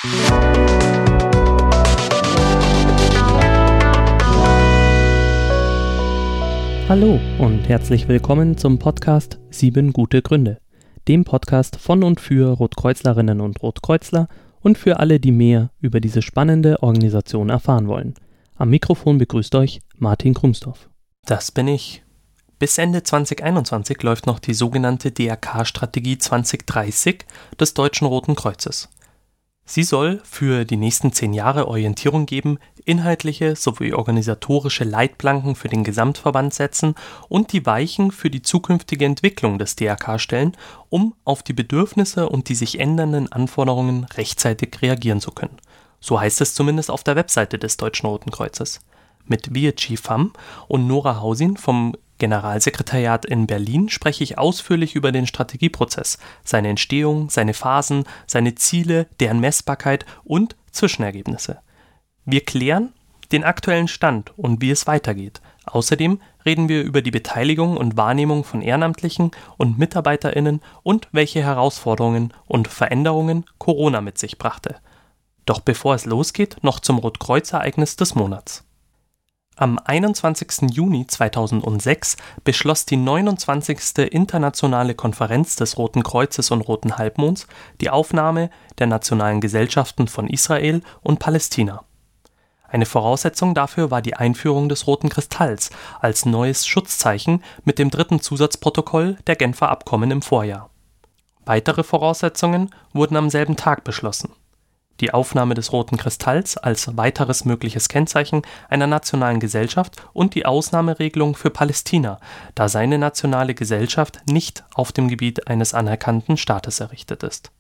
Hallo und herzlich willkommen zum Podcast 7 gute Gründe, dem Podcast von und für Rotkreuzlerinnen und Rotkreuzler und für alle, die mehr über diese spannende Organisation erfahren wollen. Am Mikrofon begrüßt euch Martin Krumsdorf. Das bin ich. Bis Ende 2021 läuft noch die sogenannte DRK-Strategie 2030 des Deutschen Roten Kreuzes. Sie soll für die nächsten 10 Jahre Orientierung geben, inhaltliche sowie organisatorische Leitplanken für den Gesamtverband setzen und die Weichen für die zukünftige Entwicklung des DRK stellen, um auf die Bedürfnisse und die sich ändernden Anforderungen rechtzeitig reagieren zu können. So heißt es zumindest auf der Webseite des Deutschen Roten Kreuzes. Mit Virchi Pham und Nora Hausin vom Generalsekretariat in Berlin spreche ich ausführlich über den Strategieprozess, seine Entstehung, seine Phasen, seine Ziele, deren Messbarkeit und Zwischenergebnisse. Wir klären den aktuellen Stand und wie es weitergeht. Außerdem reden wir über die Beteiligung und Wahrnehmung von Ehrenamtlichen und MitarbeiterInnen und welche Herausforderungen und Veränderungen Corona mit sich brachte. Doch bevor es losgeht, noch zum Rotkreuz-Ereignis des Monats. Am 21. Juni 2006 beschloss die 29. Internationale Konferenz des Roten Kreuzes und Roten Halbmonds die Aufnahme der nationalen Gesellschaften von Israel und Palästina. Eine Voraussetzung dafür war die Einführung des Roten Kristalls als neues Schutzzeichen mit dem 3. Zusatzprotokoll der Genfer Abkommen im Vorjahr. Weitere Voraussetzungen wurden am selben Tag beschlossen. Die Aufnahme des Roten Kristalls als weiteres mögliches Kennzeichen einer nationalen Gesellschaft und die Ausnahmeregelung für Palästina, da seine nationale Gesellschaft nicht auf dem Gebiet eines anerkannten Staates errichtet ist.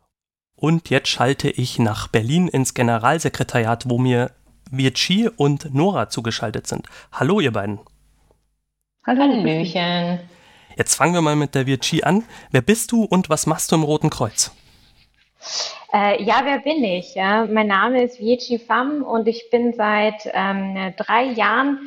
Und jetzt schalte ich nach Berlin ins Generalsekretariat, wo mir Virchi und Nora zugeschaltet sind. Hallo ihr beiden. Hallöchen. Jetzt fangen wir mal mit der Virchi an. Wer bist du und was machst du im Roten Kreuz? Wer bin ich? Ja, mein Name ist Virchi Pham und ich bin seit 3 Jahren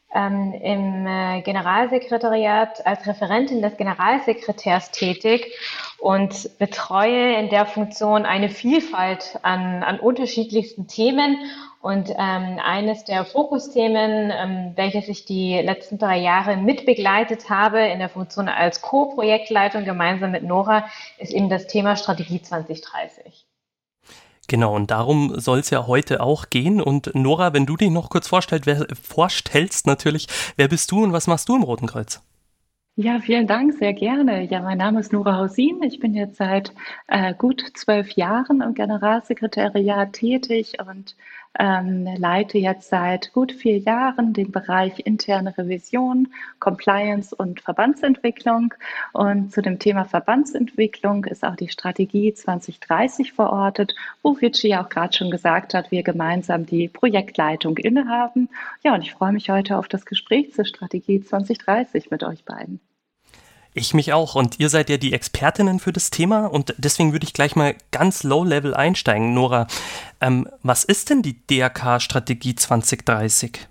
im Generalsekretariat als Referentin des Generalsekretärs tätig und betreue in der Funktion eine Vielfalt an unterschiedlichsten Themen. Und eines der Fokusthemen, welches ich die letzten 3 Jahre mitbegleitet habe in der Funktion als Co-Projektleitung gemeinsam mit Nora, ist eben das Thema Strategie 2030. Genau, und darum soll es ja heute auch gehen. Und Nora, wenn du dich noch kurz vorstellst natürlich, wer bist du und was machst du im Roten Kreuz? Ja, vielen Dank, sehr gerne. Ja, mein Name ist Nora Hausin. Ich bin jetzt seit gut 12 Jahren im Generalsekretariat tätig und leite jetzt seit gut 4 Jahren den Bereich interne Revision, Compliance und Verbandsentwicklung. Und zu dem Thema Verbandsentwicklung ist auch die Strategie 2030 verortet, wo Virchi ja auch gerade schon gesagt hat, wir gemeinsam die Projektleitung innehaben. Ja, und ich freue mich heute auf das Gespräch zur Strategie 2030 mit euch beiden. Ich mich auch, und ihr seid ja die Expertinnen für das Thema und deswegen würde ich gleich mal ganz low-level einsteigen. Nora, was ist denn die DRK-Strategie 2030?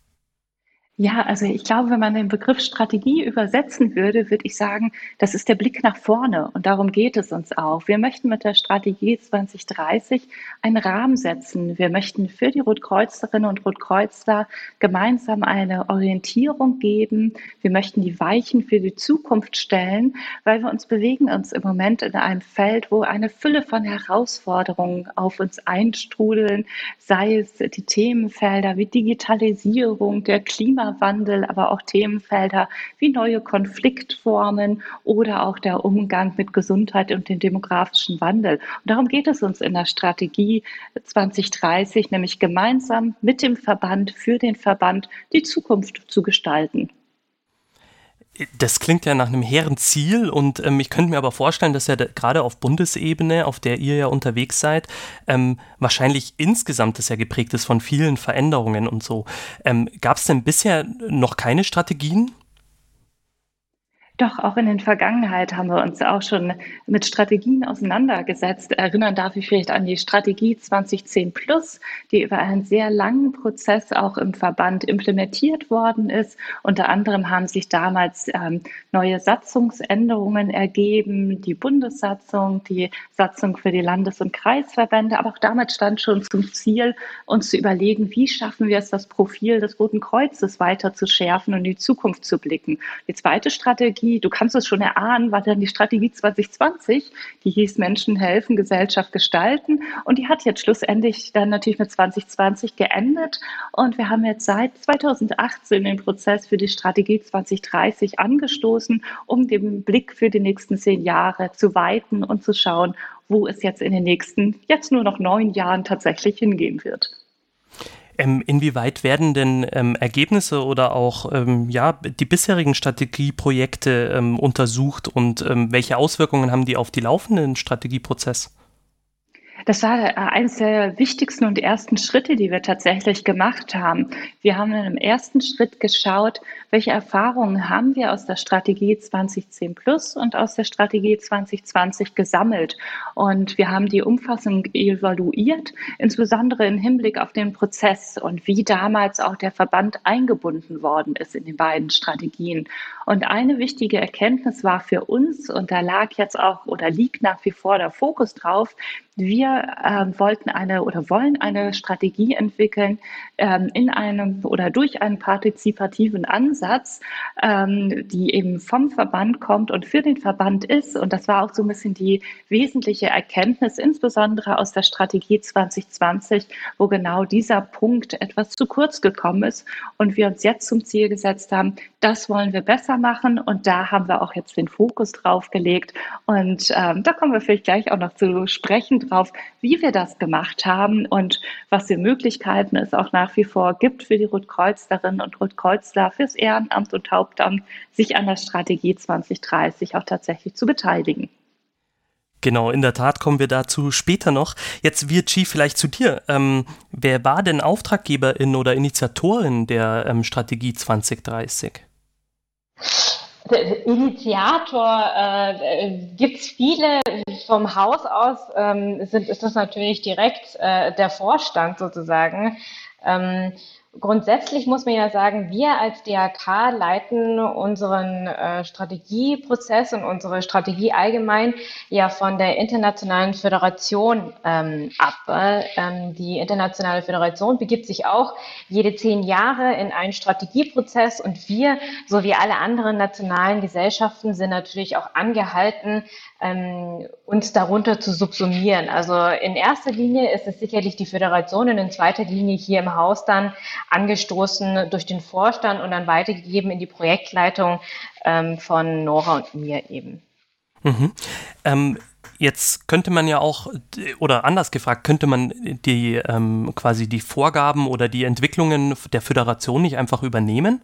Ja, also ich glaube, wenn man den Begriff Strategie übersetzen würde, würde ich sagen, das ist der Blick nach vorne und darum geht es uns auch. Wir möchten mit der Strategie 2030 einen Rahmen setzen. Wir möchten für die Rotkreuzerinnen und Rotkreuzler gemeinsam eine Orientierung geben. Wir möchten die Weichen für die Zukunft stellen, weil wir bewegen uns im Moment in einem Feld, wo eine Fülle von Herausforderungen auf uns einstrudeln, sei es die Themenfelder wie Digitalisierung, der Klimawandel, aber auch Themenfelder wie neue Konfliktformen oder auch der Umgang mit Gesundheit und dem demografischen Wandel. Und darum geht es uns in der Strategie 2030, nämlich gemeinsam mit dem Verband, für den Verband die Zukunft zu gestalten. Das klingt ja nach einem hehren Ziel und ich könnte mir aber vorstellen, dass ja gerade auf Bundesebene, auf der ihr ja unterwegs seid, wahrscheinlich insgesamt das ja geprägt ist von vielen Veränderungen und so. Gab es denn bisher noch keine Strategien? Doch, auch in der Vergangenheit haben wir uns auch schon mit Strategien auseinandergesetzt. Erinnern darf ich vielleicht an die Strategie 2010 Plus, die über einen sehr langen Prozess auch im Verband implementiert worden ist. Unter anderem haben sich damals neue Satzungsänderungen ergeben, die Bundessatzung, die Satzung für die Landes- und Kreisverbände. Aber auch damals stand schon zum Ziel, uns zu überlegen, wie schaffen wir es, das Profil des Roten Kreuzes weiter zu schärfen und in die Zukunft zu blicken. Die zweite Strategie, du kannst es schon erahnen, war dann die Strategie 2020, die hieß Menschen helfen, Gesellschaft gestalten, und die hat jetzt schlussendlich dann natürlich mit 2020 geendet, und wir haben jetzt seit 2018 den Prozess für die Strategie 2030 angestoßen, um den Blick für die nächsten 10 Jahre zu weiten und zu schauen, wo es jetzt in den nächsten, jetzt nur noch 9 Jahren tatsächlich hingehen wird. Inwieweit werden denn Ergebnisse oder auch die bisherigen Strategieprojekte untersucht und welche Auswirkungen haben die auf die laufenden Strategieprozess? Das war eines der wichtigsten und ersten Schritte, die wir tatsächlich gemacht haben. Wir haben im ersten Schritt geschaut, welche Erfahrungen haben wir aus der Strategie 2010 Plus und aus der Strategie 2020 gesammelt. Und wir haben die umfassend evaluiert, insbesondere im Hinblick auf den Prozess und wie damals auch der Verband eingebunden worden ist in den beiden Strategien. Und eine wichtige Erkenntnis war für uns, und da lag jetzt auch oder liegt nach wie vor der Fokus drauf, wir wollen eine Strategie entwickeln in einem oder durch einen partizipativen Ansatz, die eben vom Verband kommt und für den Verband ist. Und das war auch so ein bisschen die wesentliche Erkenntnis, insbesondere aus der Strategie 2020, wo genau dieser Punkt etwas zu kurz gekommen ist und wir uns jetzt zum Ziel gesetzt haben, das wollen wir besser machen, und da haben wir auch jetzt den Fokus drauf gelegt, und da kommen wir vielleicht gleich auch noch zu sprechen drauf, wie wir das gemacht haben und was für Möglichkeiten es auch nach wie vor gibt für die Rotkreuzlerinnen und Rotkreuzler, fürs Ehrenamt und Hauptamt, sich an der Strategie 2030 auch tatsächlich zu beteiligen. Genau, in der Tat kommen wir dazu später noch. Jetzt, Virgi, vielleicht zu dir. Wer war denn Auftraggeberin oder Initiatorin der Strategie 2030? Initiator gibt es viele. Vom Haus aus ist das natürlich direkt der Vorstand sozusagen. Grundsätzlich muss man ja sagen, wir als DAK leiten unseren Strategieprozess und unsere Strategie allgemein ja von der Internationalen Föderation ab. Die Internationale Föderation begibt sich auch jede 10 Jahre in einen Strategieprozess, und wir, so wie alle anderen nationalen Gesellschaften, sind natürlich auch angehalten, uns darunter zu subsumieren. Also in erster Linie ist es sicherlich die Föderation und in zweiter Linie hier im Haus dann angestoßen durch den Vorstand und dann weitergegeben in die Projektleitung von Nora und mir eben. Jetzt könnte man ja auch, oder anders gefragt, könnte man die quasi die Vorgaben oder die Entwicklungen der Föderation nicht einfach übernehmen?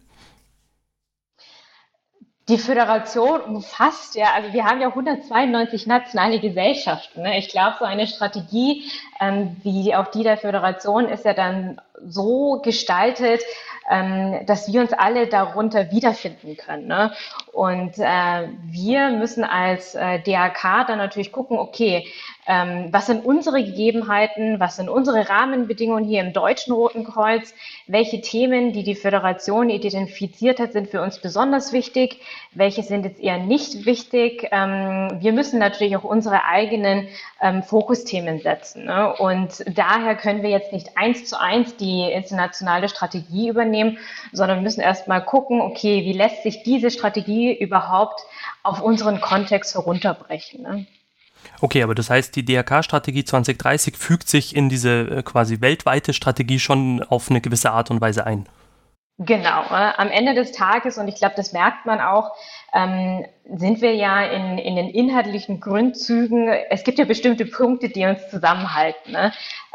Die Föderation umfasst ja, also wir haben ja 192 nationale Gesellschaften. Ne? Ich glaube, so eine Strategie wie auch die der Föderation ist ja dann so gestaltet, dass wir uns alle darunter wiederfinden können. Ne? Und wir müssen als DAK dann natürlich gucken, okay, was sind unsere Gegebenheiten, was sind unsere Rahmenbedingungen hier im Deutschen Roten Kreuz, welche Themen, die die Föderation identifiziert hat, sind für uns besonders wichtig, welche sind jetzt eher nicht wichtig. Wir müssen natürlich auch unsere eigenen Fokusthemen setzen. Ne? Und daher können wir jetzt nicht 1:1 die internationale Strategie übernehmen, sondern müssen erstmal gucken, okay, wie lässt sich diese Strategie überhaupt auf unseren Kontext herunterbrechen. Ne? Okay, aber das heißt, die DRK-Strategie 2030 fügt sich in diese quasi weltweite Strategie schon auf eine gewisse Art und Weise ein. Genau, am Ende des Tages, und ich glaube, das merkt man auch, sind wir ja in den inhaltlichen Grundzügen, es gibt ja bestimmte Punkte, die uns zusammenhalten, ne?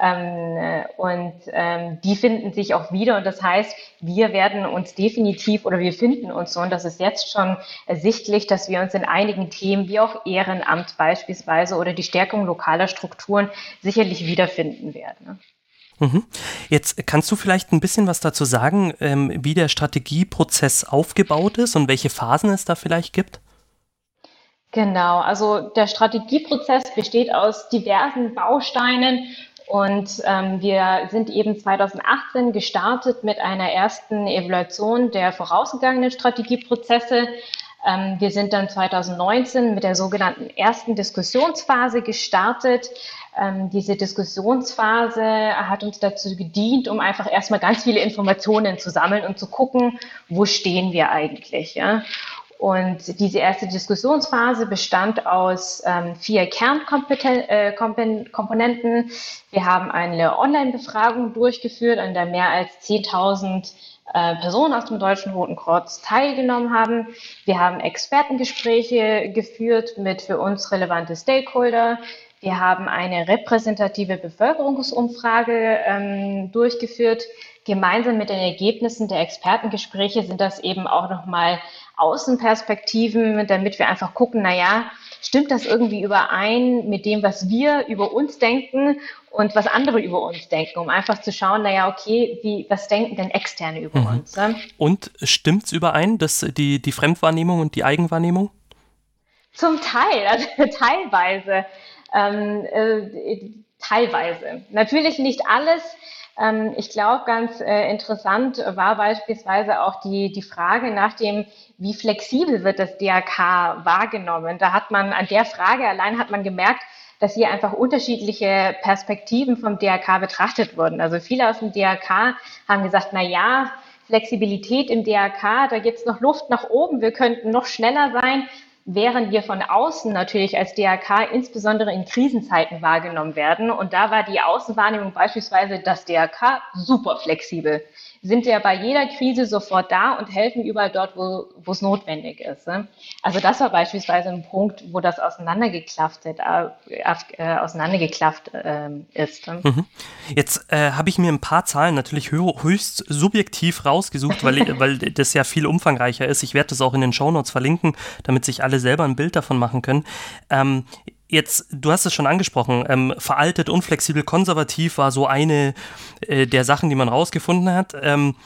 Die finden sich auch wieder, und das heißt, wir werden uns definitiv, oder wir finden uns so, und das ist jetzt schon ersichtlich, dass wir uns in einigen Themen, wie auch Ehrenamt beispielsweise oder die Stärkung lokaler Strukturen, sicherlich wiederfinden werden. Ne? Jetzt kannst du vielleicht ein bisschen was dazu sagen, wie der Strategieprozess aufgebaut ist und welche Phasen es da vielleicht gibt? Genau, also der Strategieprozess besteht aus diversen Bausteinen und wir sind eben 2018 gestartet mit einer ersten Evaluation der vorausgegangenen Strategieprozesse. Wir sind dann 2019 mit der sogenannten ersten Diskussionsphase gestartet. Diese Diskussionsphase hat uns dazu gedient, um einfach erstmal ganz viele Informationen zu sammeln und zu gucken, wo stehen wir eigentlich. Ja? Und diese erste Diskussionsphase bestand aus 4 Kernkomponenten. Wir haben eine Online-Befragung durchgeführt, an der mehr als 10.000 Personen aus dem Deutschen Roten Kreuz teilgenommen haben. Wir haben Expertengespräche geführt mit für uns relevante Stakeholder. Wir haben eine repräsentative Bevölkerungsumfrage durchgeführt. Gemeinsam mit den Ergebnissen der Expertengespräche sind das eben auch nochmal Außenperspektiven, damit wir einfach gucken, stimmt das irgendwie überein mit dem, was wir über uns denken und was andere über uns denken, um einfach zu schauen, was denken denn Externe über uns? Ne? Und stimmt's überein, dass die Fremdwahrnehmung und die Eigenwahrnehmung? Zum Teil, also teilweise. Teilweise. Natürlich nicht alles. Ich glaube, ganz interessant war beispielsweise auch die Frage nach dem, wie flexibel wird das DRK wahrgenommen. An der Frage allein hat man gemerkt, dass hier einfach unterschiedliche Perspektiven vom DRK betrachtet wurden. Also viele aus dem DRK haben gesagt, Flexibilität im DRK, da gibt's noch Luft nach oben, wir könnten noch schneller sein, während wir von außen natürlich als DRK insbesondere in Krisenzeiten wahrgenommen werden. Und da war die Außenwahrnehmung beispielsweise, das DRK super flexibel. Sind ja bei jeder Krise sofort da und helfen überall dort, wo es notwendig ist. Also das war beispielsweise ein Punkt, wo das auseinandergeklafft ist. Jetzt habe ich mir ein paar Zahlen natürlich höchst subjektiv rausgesucht, weil das ja viel umfangreicher ist. Ich werde das auch in den Shownotes verlinken, damit sich alle selber ein Bild davon machen können. Jetzt, du hast es schon angesprochen, veraltet, unflexibel, konservativ war so eine der Sachen, die man rausgefunden hat. Dann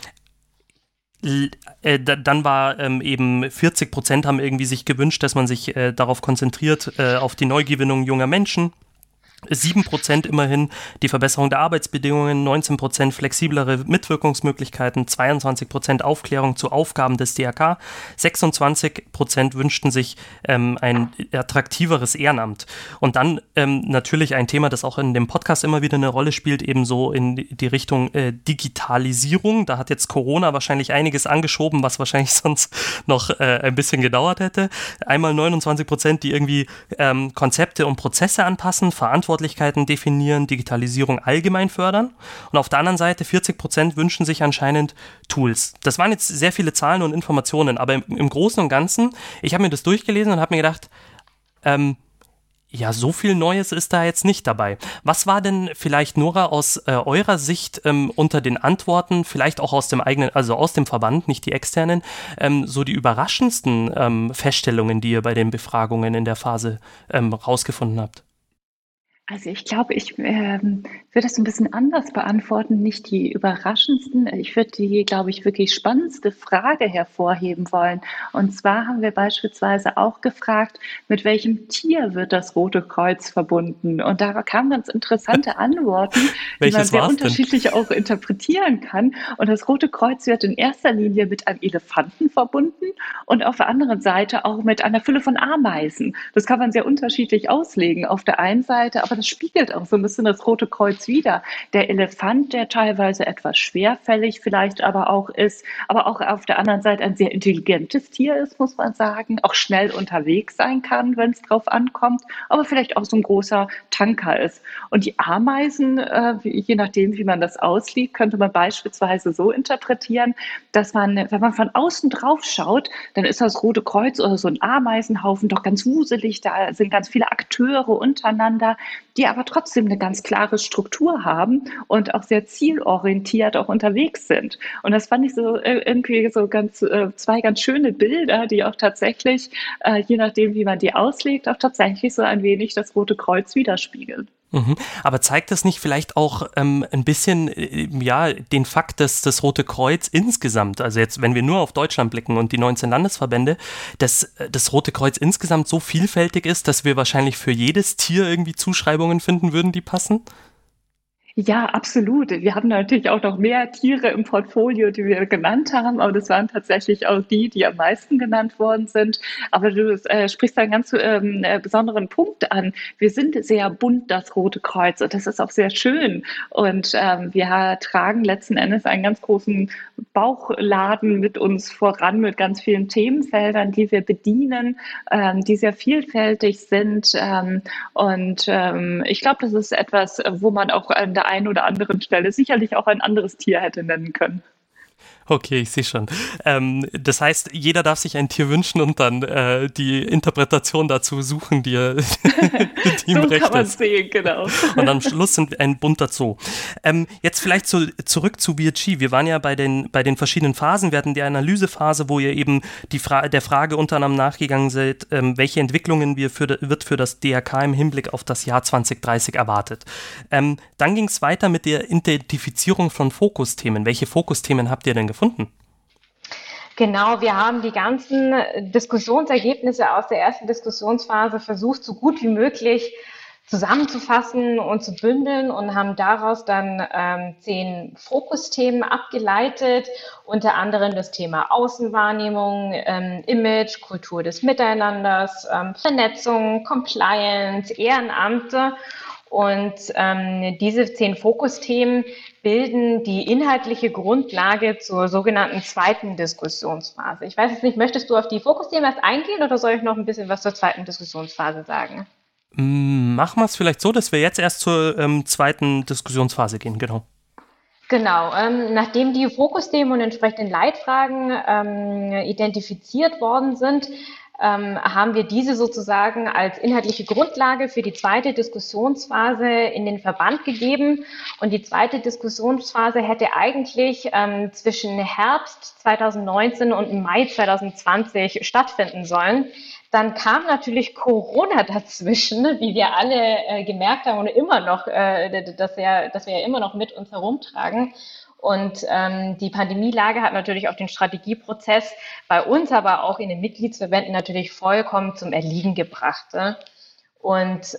war eben 40% haben irgendwie sich gewünscht, dass man sich darauf konzentriert, auf die Neugewinnung junger Menschen. 7% immerhin die Verbesserung der Arbeitsbedingungen, 19% flexiblere Mitwirkungsmöglichkeiten, 22% Aufklärung zu Aufgaben des DRK, 26% wünschten sich ein attraktiveres Ehrenamt. Und dann natürlich ein Thema, das auch in dem Podcast immer wieder eine Rolle spielt, ebenso in die Richtung Digitalisierung. Da hat jetzt Corona wahrscheinlich einiges angeschoben, was wahrscheinlich sonst noch ein bisschen gedauert hätte. Einmal 29%, die irgendwie Konzepte und Prozesse anpassen, Verantwortlichkeiten definieren, Digitalisierung allgemein fördern. Und auf der anderen Seite 40% wünschen sich anscheinend Tools. Das waren jetzt sehr viele Zahlen und Informationen, aber im Großen und Ganzen, ich habe mir das durchgelesen und habe mir gedacht, so viel Neues ist da jetzt nicht dabei. Was war denn vielleicht, Nora, aus eurer Sicht unter den Antworten, vielleicht auch aus dem eigenen, also aus dem Verband, nicht die externen, so die überraschendsten Feststellungen, die ihr bei den Befragungen in der Phase rausgefunden habt? Also ich glaube, ich würde das ein bisschen anders beantworten, nicht die überraschendsten. Ich würde die, glaube ich, wirklich spannendste Frage hervorheben wollen. Und zwar haben wir beispielsweise auch gefragt, mit welchem Tier wird das Rote Kreuz verbunden? Und da kamen ganz interessante Antworten, die man sehr unterschiedlich auch interpretieren kann. Und das Rote Kreuz wird in erster Linie mit einem Elefanten verbunden und auf der anderen Seite auch mit einer Fülle von Ameisen. Das kann man sehr unterschiedlich auslegen auf der einen Seite, aber das spiegelt auch so ein bisschen das Rote Kreuz wider. Der Elefant, der teilweise etwas schwerfällig vielleicht aber auch ist, aber auch auf der anderen Seite ein sehr intelligentes Tier ist, muss man sagen, auch schnell unterwegs sein kann, wenn es drauf ankommt, aber vielleicht auch so ein großer Tanker ist. Und die Ameisen, je nachdem, wie man das auslegt, könnte man beispielsweise so interpretieren, dass man, wenn man von außen drauf schaut, dann ist das Rote Kreuz oder so ein Ameisenhaufen doch ganz wuselig, da sind ganz viele Akteure untereinander, die aber trotzdem eine ganz klare Struktur haben und auch sehr zielorientiert auch unterwegs sind. Und das fand ich so irgendwie so zwei ganz schöne Bilder, die auch tatsächlich, je nachdem, wie man die auslegt, auch tatsächlich so ein wenig das Rote Kreuz widerspiegeln. Mhm. Aber zeigt das nicht vielleicht auch ein bisschen den Fakt, dass das Rote Kreuz insgesamt, also jetzt, wenn wir nur auf Deutschland blicken und die 19 Landesverbände, dass das Rote Kreuz insgesamt so vielfältig ist, dass wir wahrscheinlich für jedes Tier irgendwie Zuschreibungen finden würden, die passen? Ja, absolut. Wir haben natürlich auch noch mehr Tiere im Portfolio, die wir genannt haben, aber das waren tatsächlich auch die am meisten genannt worden sind. Aber du sprichst da einen ganz besonderen Punkt an. Wir sind sehr bunt, das Rote Kreuz, und das ist auch sehr schön. Und wir tragen letzten Endes einen ganz großen Bauchladen mit uns voran, mit ganz vielen Themenfeldern, die wir bedienen, die sehr vielfältig sind. Ich glaube, das ist etwas, wo man auch an der einen oder anderen Stelle sicherlich auch ein anderes Tier hätte nennen können. Okay, ich sehe schon. Das heißt, jeder darf sich ein Tier wünschen und dann die Interpretation dazu suchen, die ihm So recht kann man ist. sehen, genau. Und am Schluss sind wir ein bunter Zoo. Jetzt vielleicht zurück zu BHG. Wir waren ja bei den verschiedenen Phasen. Wir hatten die Analysephase, wo ihr eben der Frage unter anderem nachgegangen seid, welche Entwicklungen wird für das DRK im Hinblick auf das Jahr 2030 erwartet. Dann ging es weiter mit der Identifizierung von Fokusthemen. Welche Fokusthemen habt ihr denn gefunden? Genau, wir haben die ganzen Diskussionsergebnisse aus der ersten Diskussionsphase versucht, so gut wie möglich zusammenzufassen und zu bündeln und haben daraus dann 10 Fokusthemen abgeleitet, unter anderem das Thema Außenwahrnehmung, Image, Kultur des Miteinanders, Vernetzung, Compliance, Ehrenamte. Und diese 10 Fokusthemen bilden die inhaltliche Grundlage zur sogenannten zweiten Diskussionsphase. Ich weiß jetzt nicht, möchtest du auf die Fokusthemen erst eingehen oder soll ich noch ein bisschen was zur zweiten Diskussionsphase sagen? Machen wir es vielleicht so, dass wir jetzt erst zur zweiten Diskussionsphase gehen, genau. Genau, nachdem die Fokusthemen und entsprechenden Leitfragen identifiziert worden sind, haben wir diese sozusagen als inhaltliche Grundlage für die zweite Diskussionsphase in den Verband gegeben. Und die zweite Diskussionsphase hätte eigentlich zwischen Herbst 2019 und Mai 2020 stattfinden sollen. Dann kam natürlich Corona dazwischen, wie wir alle gemerkt haben und immer noch, dass wir ja immer noch mit uns herumtragen. Und die Pandemielage hat natürlich auch den Strategieprozess bei uns, aber auch in den Mitgliedsverbänden natürlich vollkommen zum Erliegen gebracht. Und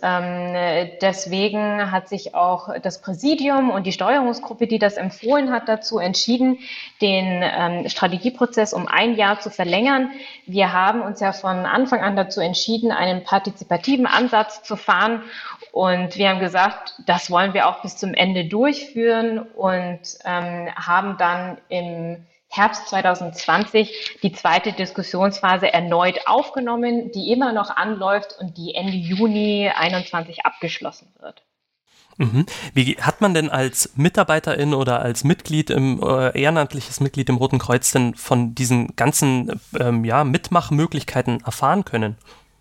deswegen hat sich auch das Präsidium und die Steuerungsgruppe, die das empfohlen hat, dazu entschieden, den Strategieprozess um 1 Jahr zu verlängern. Wir haben uns ja von Anfang an dazu entschieden, einen partizipativen Ansatz zu fahren. Und wir haben gesagt, das wollen wir auch bis zum Ende durchführen und haben dann im Herbst 2020 die zweite Diskussionsphase erneut aufgenommen, die immer noch anläuft und die Ende Juni 2021 abgeschlossen wird. Mhm. Wie hat man denn als Mitarbeiterin oder als ehrenamtliches Mitglied im Roten Kreuz denn von diesen ganzen Mitmachmöglichkeiten erfahren können?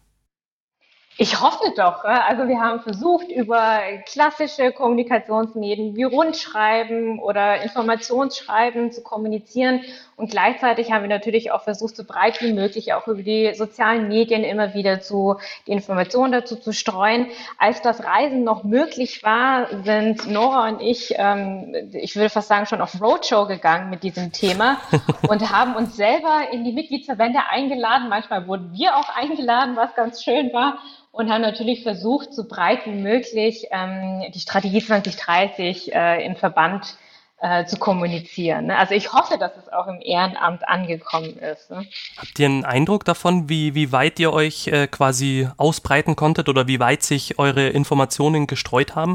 Ich hoffe doch. Also wir haben versucht, über klassische Kommunikationsmedien wie Rundschreiben oder Informationsschreiben zu kommunizieren. Und gleichzeitig haben wir natürlich auch versucht, so breit wie möglich auch über die sozialen Medien immer wieder die Informationen dazu zu streuen. Als das Reisen noch möglich war, sind Nora und ich würde fast sagen, schon auf Roadshow gegangen mit diesem Thema und haben uns selber in die Mitgliedsverbände eingeladen. Manchmal wurden wir auch eingeladen, was ganz schön war. Und haben natürlich versucht, so breit wie möglich die Strategie 2030 im Verband zu kommunizieren. Also ich hoffe, dass es auch im Ehrenamt angekommen ist. Habt ihr einen Eindruck davon, wie weit ihr euch quasi ausbreiten konntet oder wie weit sich eure Informationen gestreut haben?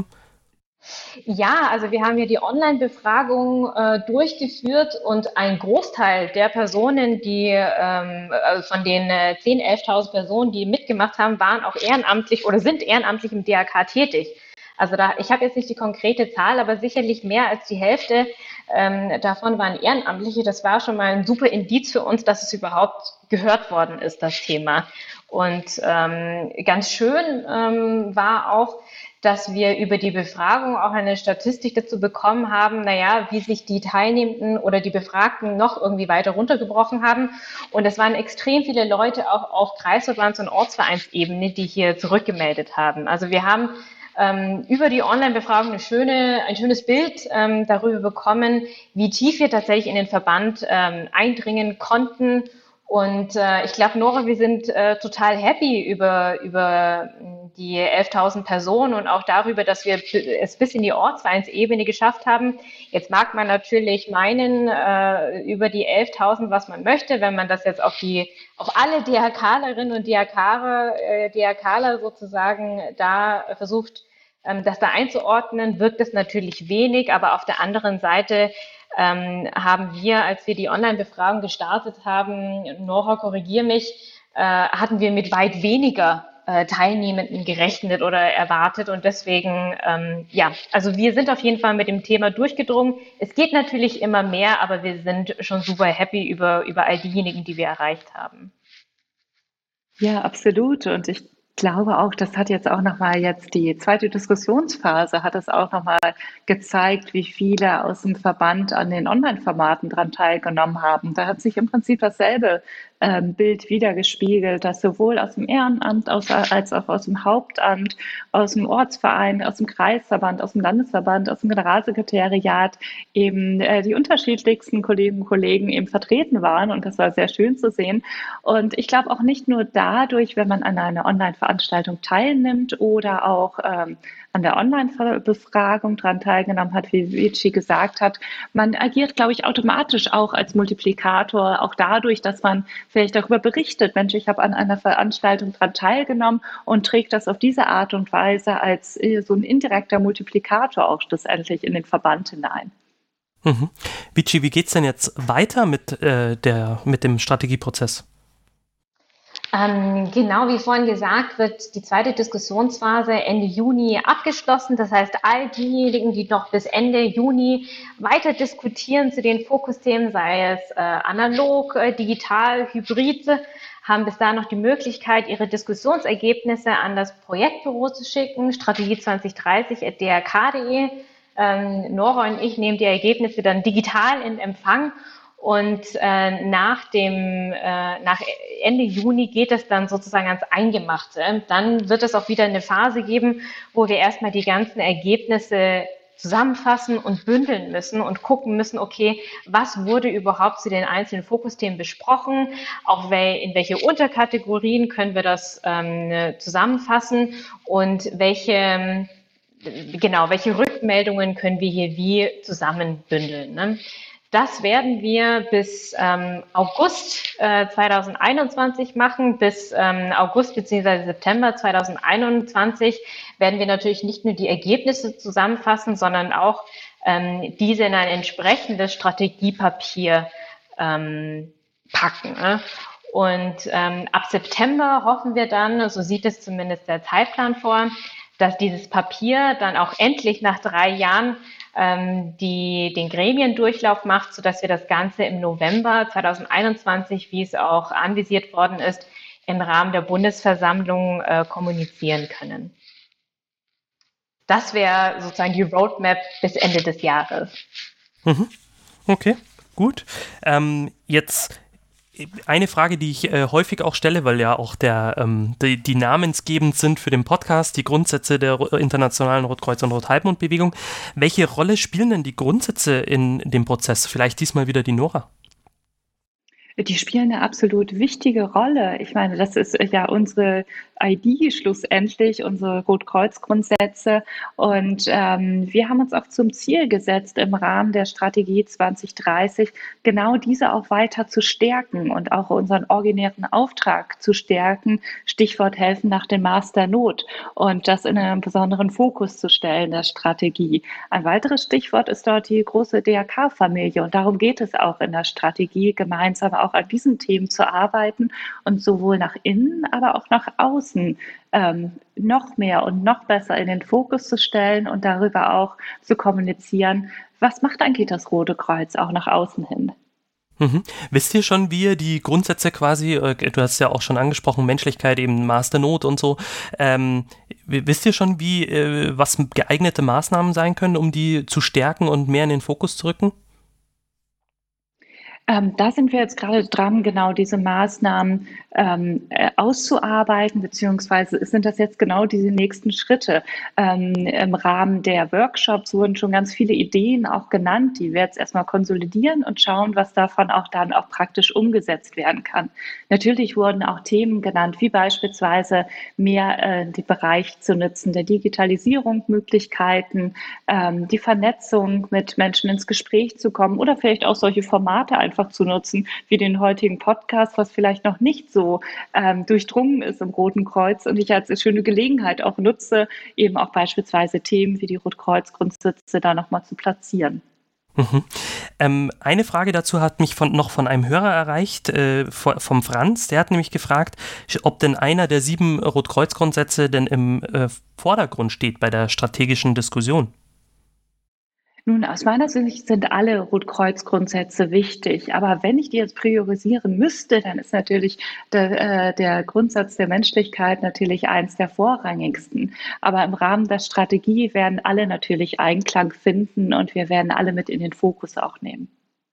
Ja, also wir haben ja die Online-Befragung durchgeführt und ein Großteil der Personen, die von den 10.000, 11.000 Personen, die mitgemacht haben, waren auch ehrenamtlich oder sind ehrenamtlich im DRK tätig. Also ich habe jetzt nicht die konkrete Zahl, aber sicherlich mehr als die Hälfte davon waren Ehrenamtliche. Das war schon mal ein super Indiz für uns, dass es überhaupt gehört worden ist, das Thema. Und ganz schön war auch, dass wir über die Befragung auch eine Statistik dazu bekommen haben, wie sich die Teilnehmenden oder die Befragten noch irgendwie weiter runtergebrochen haben. Und es waren extrem viele Leute auch auf Kreisverbands- und Ortsvereinsebene, die hier zurückgemeldet haben. Also wir haben über die Online-Befragung ein schönes Bild darüber bekommen, wie tief wir tatsächlich in den Verband eindringen konnten. Und ich glaube, Nora, wir sind total happy über die 11.000 Personen und auch darüber, dass wir es bis in die Ortsvereinsebene geschafft haben. Jetzt mag man natürlich meinen, über die 11.000, was man möchte, wenn man das jetzt auf alle DRKlerinnen und DRKler sozusagen da versucht, das da einzuordnen, wirkt es natürlich wenig, aber auf der anderen Seite haben wir, als wir die Online-Befragung gestartet haben, Nora, korrigier mich, hatten wir mit weit weniger Teilnehmenden gerechnet oder erwartet und deswegen, also wir sind auf jeden Fall mit dem Thema durchgedrungen. Es geht natürlich immer mehr, aber wir sind schon super happy über all diejenigen, die wir erreicht haben. Ja, absolut. Und ich glaube auch, das hat jetzt auch nochmal die zweite Diskussionsphase hat es auch nochmal gezeigt, wie viele aus dem Verband an den Online-Formaten dran teilgenommen haben. Da hat sich im Prinzip dasselbe Bild wiedergespiegelt, dass sowohl aus dem Ehrenamt als auch aus dem Hauptamt, aus dem Ortsverein, aus dem Kreisverband, aus dem Landesverband, aus dem Generalsekretariat eben die unterschiedlichsten Kolleginnen und Kollegen eben vertreten waren. Und das war sehr schön zu sehen. Und ich glaube auch nicht nur dadurch, wenn man an einer Online-Veranstaltung teilnimmt oder auch an der Online-Befragung daran teilgenommen hat, wie Vici gesagt hat. Man agiert, glaube ich, automatisch auch als Multiplikator, auch dadurch, dass man vielleicht darüber berichtet, Mensch, ich habe an einer Veranstaltung daran teilgenommen und trägt das auf diese Art und Weise als so ein indirekter Multiplikator auch schlussendlich in den Verband hinein. Mhm. Vici, wie geht's denn jetzt weiter mit dem Strategieprozess? Genau, wie vorhin gesagt, wird die zweite Diskussionsphase Ende Juni abgeschlossen. Das heißt, all diejenigen, die noch bis Ende Juni weiter diskutieren zu den Fokusthemen, sei es analog, digital, hybrid, haben bis dahin noch die Möglichkeit, ihre Diskussionsergebnisse an das Projektbüro zu schicken, strategie2030@drk.de. Nora und ich nehmen die Ergebnisse dann digital in Empfang. Und nach Ende Juni geht es dann sozusagen ans Eingemachte. Dann wird es auch wieder eine Phase geben, wo wir erstmal die ganzen Ergebnisse zusammenfassen und bündeln müssen und gucken müssen, okay, was wurde überhaupt zu den einzelnen Fokusthemen besprochen, auch in welche Unterkategorien können wir das zusammenfassen und welche Rückmeldungen können wir hier wie zusammenbündeln, ne? Das werden wir bis August 2021 machen. Bis August bzw. September 2021 werden wir natürlich nicht nur die Ergebnisse zusammenfassen, sondern auch diese in ein entsprechendes Strategiepapier packen. Ne? Und ab September hoffen wir dann, so sieht es zumindest der Zeitplan vor, dass dieses Papier dann auch endlich nach 3 Jahren den Gremiendurchlauf macht, sodass wir das Ganze im November 2021, wie es auch anvisiert worden ist, im Rahmen der Bundesversammlung kommunizieren können. Das wäre sozusagen die Roadmap bis Ende des Jahres. Mhm. Okay, gut. Jetzt eine Frage, die ich häufig auch stelle, weil ja auch die namensgebend sind für den Podcast, die Grundsätze der internationalen Rotkreuz- und Rothalbmond-Bewegung. Welche Rolle spielen denn die Grundsätze in dem Prozess? Vielleicht diesmal wieder die Nora. Die spielen eine absolut wichtige Rolle. Ich meine, das ist ja unsere ID schlussendlich, unsere Rotkreuz-Grundsätze. Und wir haben uns auch zum Ziel gesetzt, im Rahmen der Strategie 2030 genau diese auch weiter zu stärken und auch unseren originären Auftrag zu stärken. Stichwort helfen nach dem Maß der Not und das in einen besonderen Fokus zu stellen, der Strategie. Ein weiteres Stichwort ist dort die große DRK-Familie. Und darum geht es auch in der Strategie, gemeinsam auch an diesen Themen zu arbeiten und sowohl nach innen, aber auch nach außen noch mehr und noch besser in den Fokus zu stellen und darüber auch zu kommunizieren, was macht eigentlich das Rote Kreuz auch nach außen hin. Mhm. Wisst ihr schon, wie ihr die Grundsätze quasi, du hast ja auch schon angesprochen, Menschlichkeit, eben Maß der Not und so, wisst ihr schon, was geeignete Maßnahmen sein können, um die zu stärken und mehr in den Fokus zu rücken? Da sind wir jetzt gerade dran, genau diese Maßnahmen auszuarbeiten, beziehungsweise sind das jetzt genau diese nächsten Schritte. Im Rahmen der Workshops wurden schon ganz viele Ideen auch genannt, die wir jetzt erstmal konsolidieren und schauen, was davon auch dann auch praktisch umgesetzt werden kann. Natürlich wurden auch Themen genannt, wie beispielsweise mehr den Bereich zu nutzen der Digitalisierung, Möglichkeiten, die Vernetzung mit Menschen ins Gespräch zu kommen oder vielleicht auch solche Formate einfach zu nutzen, wie den heutigen Podcast, was vielleicht noch nicht so durchdrungen ist im Roten Kreuz und ich als schöne Gelegenheit auch nutze, eben auch beispielsweise Themen wie die Rotkreuz-Grundsätze da nochmal zu platzieren. Eine Frage dazu hat mich noch von einem Hörer erreicht, vom Franz. Der hat nämlich gefragt, ob denn einer der 7 Rotkreuz-Grundsätze denn im Vordergrund steht bei der strategischen Diskussion. Nun, aus meiner Sicht sind alle Rotkreuz-Grundsätze wichtig. Aber wenn ich die jetzt priorisieren müsste, dann ist natürlich der Grundsatz der Menschlichkeit natürlich eins der vorrangigsten. Aber im Rahmen der Strategie werden alle natürlich Einklang finden und wir werden alle mit in den Fokus auch nehmen.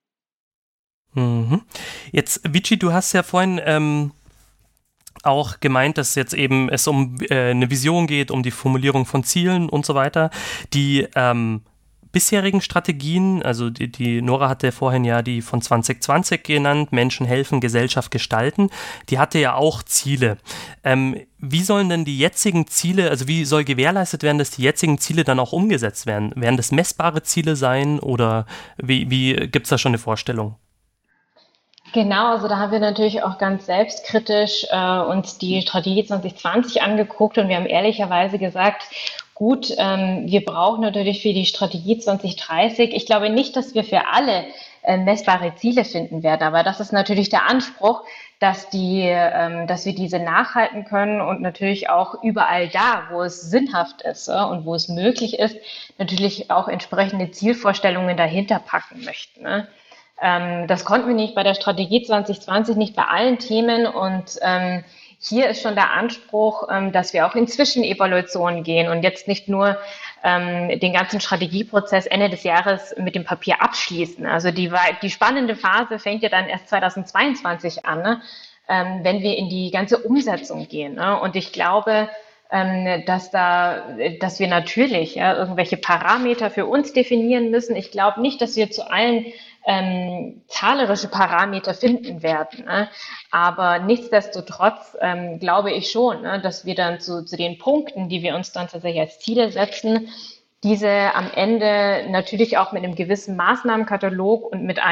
Jetzt, Vici, du hast ja vorhin auch gemeint, dass jetzt eben es um eine Vision geht, um die Formulierung von Zielen und so weiter. Die bisherigen Strategien, also die Nora hatte vorhin ja die von 2020 genannt, Menschen helfen, Gesellschaft gestalten, die hatte ja auch Ziele. Wie sollen denn die jetzigen Ziele, also wie soll gewährleistet werden, dass die jetzigen Ziele dann auch umgesetzt werden? Werden das messbare Ziele sein oder wie gibt es da schon eine Vorstellung? Genau, also da haben wir natürlich auch ganz selbstkritisch uns die Strategie 2020 angeguckt und wir haben ehrlicherweise gesagt, gut, wir brauchen natürlich für die Strategie 2030, ich glaube nicht, dass wir für alle messbare Ziele finden werden, aber das ist natürlich der Anspruch, dass wir diese nachhalten können und natürlich auch überall da, wo es sinnhaft ist und wo es möglich ist, natürlich auch entsprechende Zielvorstellungen dahinter packen möchten. Das konnten wir nicht bei der Strategie 2020, nicht bei allen Themen und hier ist schon der Anspruch, dass wir auch in Zwischenevaluationen gehen und jetzt nicht nur den ganzen Strategieprozess Ende des Jahres mit dem Papier abschließen. Also die spannende Phase fängt ja dann erst 2022 an, ne? Wenn wir in die ganze Umsetzung gehen. Ne? Und ich glaube, dass wir natürlich irgendwelche Parameter für uns definieren müssen. Ich glaube nicht, dass wir zu allen zahlerische Parameter finden werden. Ne? Aber nichtsdestotrotz glaube ich schon, ne, dass wir dann zu den Punkten, die wir uns dann tatsächlich als Ziele setzen, diese am Ende natürlich auch mit einem gewissen Maßnahmenkatalog und mit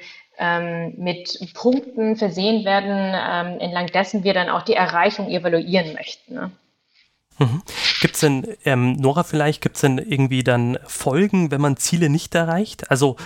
Punkten versehen werden, entlang dessen wir dann auch die Erreichung evaluieren möchten. Ne? Gibt's denn, Nora, vielleicht gibt's denn irgendwie dann Folgen, wenn man Ziele nicht erreicht? Also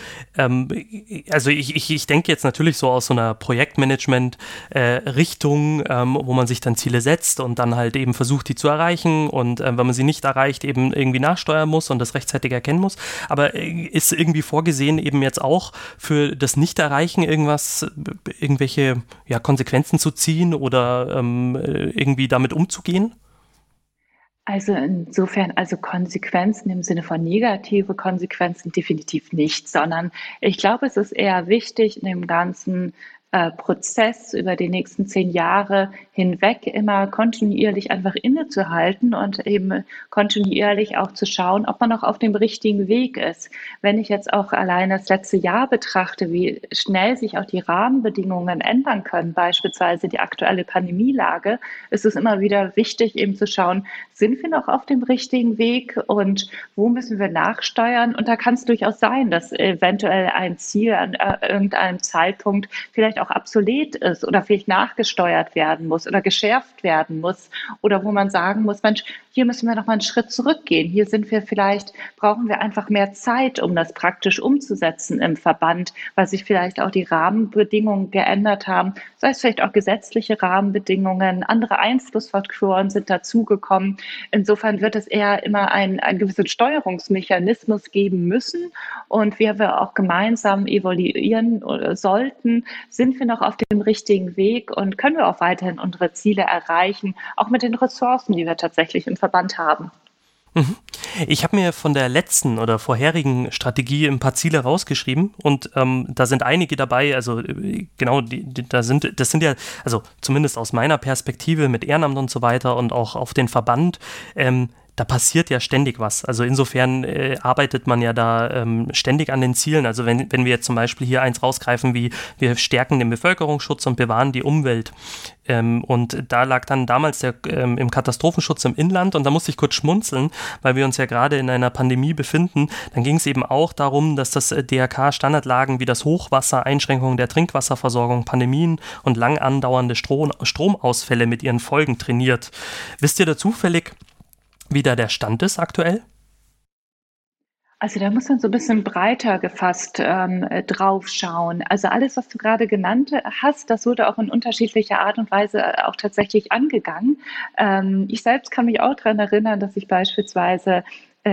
ich denke jetzt natürlich so aus so einer Projektmanagement-Richtung, wo man sich dann Ziele setzt und dann halt eben versucht, die zu erreichen und wenn man sie nicht erreicht, eben irgendwie nachsteuern muss und das rechtzeitig erkennen muss. Aber ist irgendwie vorgesehen, eben jetzt auch für das Nicht-Erreichen irgendwelche Konsequenzen zu ziehen oder irgendwie damit umzugehen? Also insofern, also Konsequenzen im Sinne von negative Konsequenzen definitiv nicht, sondern ich glaube, es ist eher wichtig, in dem ganzen Prozess über die nächsten 10 Jahre hinweg immer kontinuierlich einfach innezuhalten und eben kontinuierlich auch zu schauen, ob man noch auf dem richtigen Weg ist. Wenn ich jetzt auch allein das letzte Jahr betrachte, wie schnell sich auch die Rahmenbedingungen ändern können, beispielsweise die aktuelle Pandemielage, ist es immer wieder wichtig, eben zu schauen, sind wir noch auf dem richtigen Weg und wo müssen wir nachsteuern? Und da kann es durchaus sein, dass eventuell ein Ziel an irgendeinem Zeitpunkt vielleicht auch obsolet ist oder vielleicht nachgesteuert werden muss oder geschärft werden muss oder wo man sagen muss, Mensch, hier müssen wir noch mal einen Schritt zurückgehen. Hier brauchen wir einfach mehr Zeit, um das praktisch umzusetzen im Verband, weil sich vielleicht auch die Rahmenbedingungen geändert haben, sei es vielleicht auch gesetzliche Rahmenbedingungen, andere Einflussfaktoren sind dazugekommen. Insofern wird es eher immer einen gewissen Steuerungsmechanismus geben müssen und wir auch gemeinsam evaluieren sollten, sind wir noch auf dem richtigen Weg und können wir auch weiterhin unsere Ziele erreichen, auch mit den Ressourcen, die wir tatsächlich im Verband haben. Ich habe mir von der letzten oder vorherigen Strategie ein paar Ziele rausgeschrieben und da sind einige dabei, also genau, das sind ja, also zumindest aus meiner Perspektive mit Ehrenamt und so weiter und auch auf den Verband, da passiert ja ständig was. Also insofern arbeitet man ja da ständig an den Zielen. Also wenn wir jetzt zum Beispiel hier eins rausgreifen, wie wir stärken den Bevölkerungsschutz und bewahren die Umwelt. Und da lag dann damals im Katastrophenschutz im Inland und da musste ich kurz schmunzeln, weil wir uns ja gerade in einer Pandemie befinden. Dann ging es eben auch darum, dass das DRK Standardlagen wie das Hochwasser, Einschränkungen der Trinkwasserversorgung, Pandemien und lang andauernde Stromausfälle mit ihren Folgen trainiert. Wisst ihr da zufällig, wie da der Stand ist aktuell? Also da muss man so ein bisschen breiter gefasst drauf schauen. Also alles, was du gerade genannt hast, das wurde auch in unterschiedlicher Art und Weise auch tatsächlich angegangen. Ich selbst kann mich auch daran erinnern, dass ich beispielsweise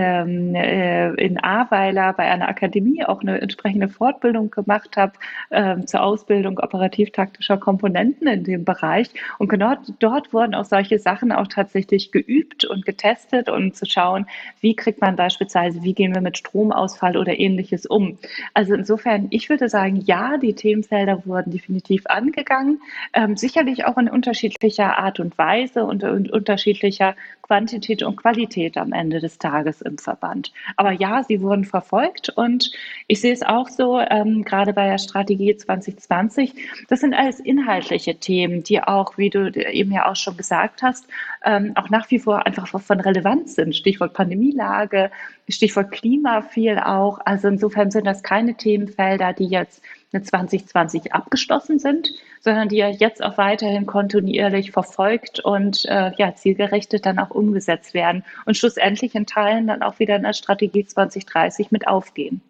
in Ahrweiler bei einer Akademie auch eine entsprechende Fortbildung gemacht habe zur Ausbildung operativ-taktischer Komponenten in dem Bereich. Und genau dort wurden auch solche Sachen auch tatsächlich geübt und getestet, um zu schauen, wie kriegt man beispielsweise, wie gehen wir mit Stromausfall oder Ähnliches um. Also insofern, ich würde sagen, ja, die Themenfelder wurden definitiv angegangen, sicherlich auch in unterschiedlicher Art und Weise und in unterschiedlicher Quantität und Qualität am Ende des Tages im Verband. Aber ja, sie wurden verfolgt und ich sehe es auch so, gerade bei der Strategie 2020, das sind alles inhaltliche Themen, die auch, wie du eben ja auch schon gesagt hast, auch nach wie vor einfach von Relevanz sind. Stichwort Pandemielage, Stichwort Klima viel auch. Also insofern sind das keine Themenfelder, die jetzt in 2020 abgeschlossen sind, sondern die ja jetzt auch weiterhin kontinuierlich verfolgt und zielgerichtet dann auch umgesetzt werden und schlussendlich in Teilen dann auch wieder in der Strategie 2030 mit aufgehen.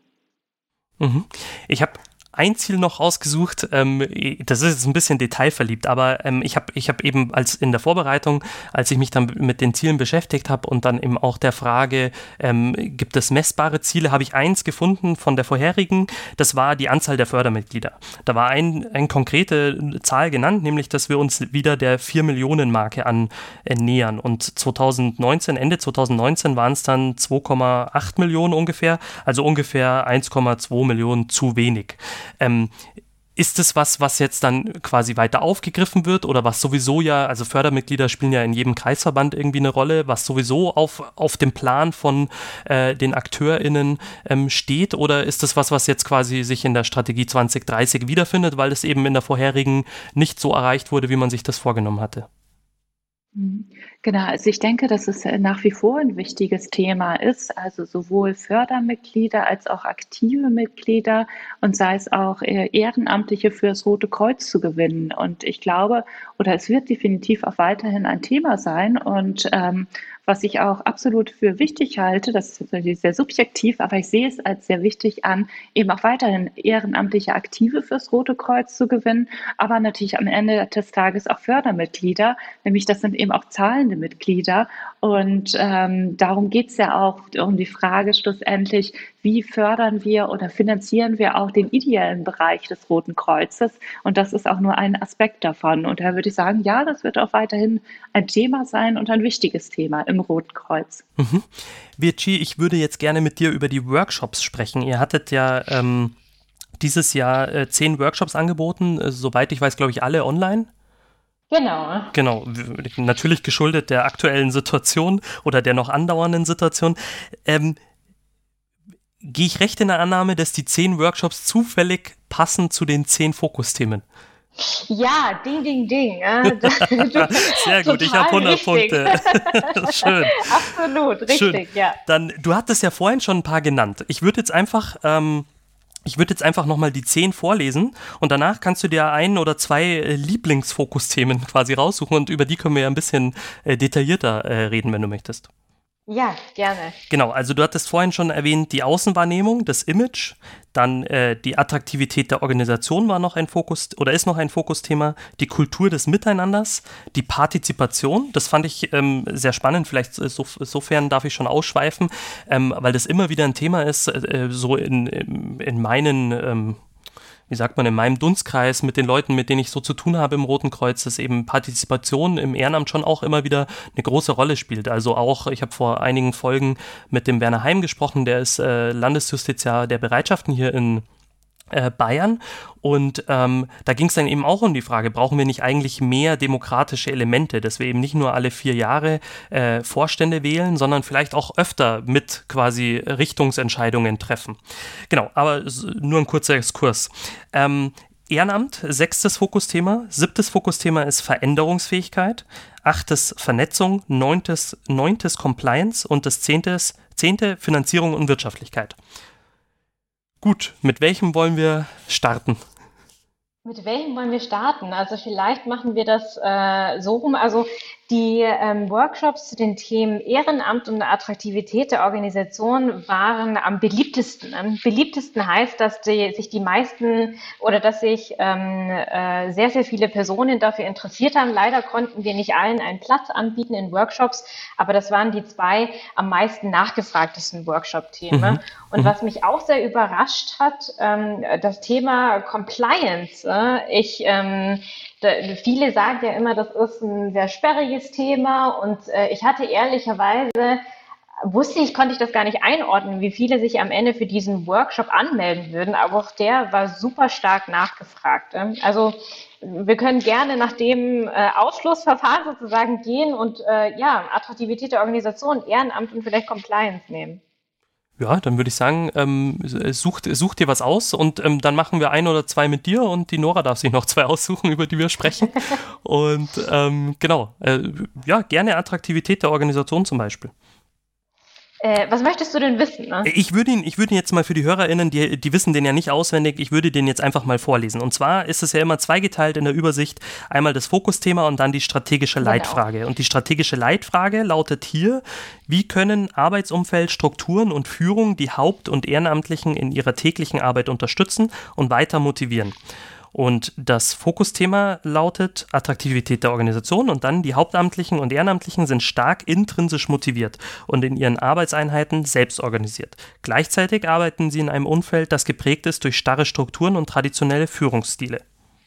Ich habe ein Ziel noch rausgesucht, das ist jetzt ein bisschen detailverliebt, aber ich hab eben in der Vorbereitung, als ich mich dann mit den Zielen beschäftigt habe und dann eben auch der Frage, gibt es messbare Ziele, habe ich eins gefunden von der vorherigen, das war die Anzahl der Fördermitglieder. Da war eine konkrete Zahl genannt, nämlich, dass wir uns wieder der 4-Millionen-Marke annähern und Ende 2019 waren es dann 2,8 Millionen ungefähr, also ungefähr 1,2 Millionen zu wenig. Ist es was jetzt dann quasi weiter aufgegriffen wird oder was sowieso ja, also Fördermitglieder spielen ja in jedem Kreisverband irgendwie eine Rolle, was sowieso auf dem Plan von den AkteurInnen steht, oder ist es was jetzt quasi sich in der Strategie 2030 wiederfindet, weil es eben in der vorherigen nicht so erreicht wurde, wie man sich das vorgenommen hatte? Genau, also ich denke, dass es nach wie vor ein wichtiges Thema ist, also sowohl Fördermitglieder als auch aktive Mitglieder und sei es auch Ehrenamtliche für das Rote Kreuz zu gewinnen. Und ich glaube, oder es wird definitiv auch weiterhin ein Thema sein und was ich auch absolut für wichtig halte, das ist natürlich sehr subjektiv, aber ich sehe es als sehr wichtig an, eben auch weiterhin ehrenamtliche Aktive fürs Rote Kreuz zu gewinnen, aber natürlich am Ende des Tages auch Fördermitglieder, nämlich das sind eben auch zahlende Mitglieder und darum geht es ja auch um die Frage schlussendlich, wie fördern wir oder finanzieren wir auch den ideellen Bereich des Roten Kreuzes und das ist auch nur ein Aspekt davon und da würde ich sagen, ja, das wird auch weiterhin ein Thema sein und ein wichtiges Thema im Roten Kreuz. Virgie, ich würde jetzt gerne mit dir über die Workshops sprechen. Ihr hattet ja dieses Jahr 10 Workshops angeboten, soweit ich weiß, glaube ich, alle online. Genau, natürlich geschuldet der aktuellen Situation oder der noch andauernden Situation. Gehe ich recht in der Annahme, dass die 10 Workshops zufällig passen zu den 10 Fokusthemen? Ja, ding, ding, ding. Sehr gut, ich habe 100 Punkte. Schön. Absolut, richtig, schön. Ja. Dann, du hattest ja vorhin schon ein paar genannt. Ich würde jetzt einfach nochmal die 10 vorlesen und danach kannst du dir 1 oder 2 Lieblingsfokusthemen quasi raussuchen und über die können wir ja ein bisschen detaillierter reden, wenn du möchtest. Ja, gerne. Genau, also du hattest vorhin schon erwähnt, die Außenwahrnehmung, das Image, dann die Attraktivität der Organisation war noch ein Fokus oder ist noch ein Fokusthema, die Kultur des Miteinanders, die Partizipation, das fand ich sehr spannend, vielleicht sofern darf ich schon ausschweifen, weil das immer wieder ein Thema ist, so in meinen wie sagt man, in meinem Dunstkreis mit den Leuten, mit denen ich so zu tun habe im Roten Kreuz, dass eben Partizipation im Ehrenamt schon auch immer wieder eine große Rolle spielt. Also auch, ich habe vor einigen Folgen mit dem Werner Heim gesprochen, der ist Landesjustiziar der Bereitschaften hier in Bayern, und da ging es dann eben auch um die Frage, brauchen wir nicht eigentlich mehr demokratische Elemente, dass wir eben nicht nur alle 4 Jahre Vorstände wählen, sondern vielleicht auch öfter mit quasi Richtungsentscheidungen treffen. Genau, aber nur ein kurzer Exkurs. Ehrenamt, 6. Fokusthema, 7. Fokusthema ist Veränderungsfähigkeit, 8. Vernetzung, 9. Compliance und das 10. Finanzierung und Wirtschaftlichkeit. Gut, mit welchem wollen wir starten? Mit welchem wollen wir starten? Also vielleicht machen wir das so rum. Also die Workshops zu den Themen Ehrenamt und Attraktivität der Organisation waren am beliebtesten. Am beliebtesten heißt, dass sich die meisten oder dass sich sehr, sehr viele Personen dafür interessiert haben. Leider konnten wir nicht allen einen Platz anbieten in Workshops, aber das waren die 2 am meisten nachgefragtesten Workshop-Themen. Und was mich auch sehr überrascht hat, das Thema Compliance. Viele sagen ja immer, das ist ein sehr sperriges Thema, und ich hatte ehrlicherweise, konnte ich das gar nicht einordnen, wie viele sich am Ende für diesen Workshop anmelden würden, aber auch der war super stark nachgefragt. Also wir können gerne nach dem Ausschlussverfahren sozusagen gehen und Attraktivität der Organisation, Ehrenamt und vielleicht Compliance nehmen. Ja, dann würde ich sagen, such dir was aus, und dann machen wir 1 oder 2 mit dir, und die Nora darf sich noch 2 aussuchen, über die wir sprechen. Und genau, gerne Attraktivität der Organisation zum Beispiel. Was möchtest du denn wissen? Ne? Ich würde ihn jetzt mal für die HörerInnen, die wissen den ja nicht auswendig, ich würde den jetzt einfach mal vorlesen. Und zwar ist es ja immer zweigeteilt in der Übersicht, einmal das Fokusthema und dann die strategische Leitfrage. Und die strategische Leitfrage lautet hier: Wie können Arbeitsumfeld, Strukturen und Führung die Haupt- und Ehrenamtlichen in ihrer täglichen Arbeit unterstützen und weiter motivieren? Und das Fokusthema lautet Attraktivität der Organisation, und dann die Hauptamtlichen und Ehrenamtlichen sind stark intrinsisch motiviert und in ihren Arbeitseinheiten selbst organisiert. Gleichzeitig arbeiten sie in einem Umfeld, das geprägt ist durch starre Strukturen und traditionelle Führungsstile.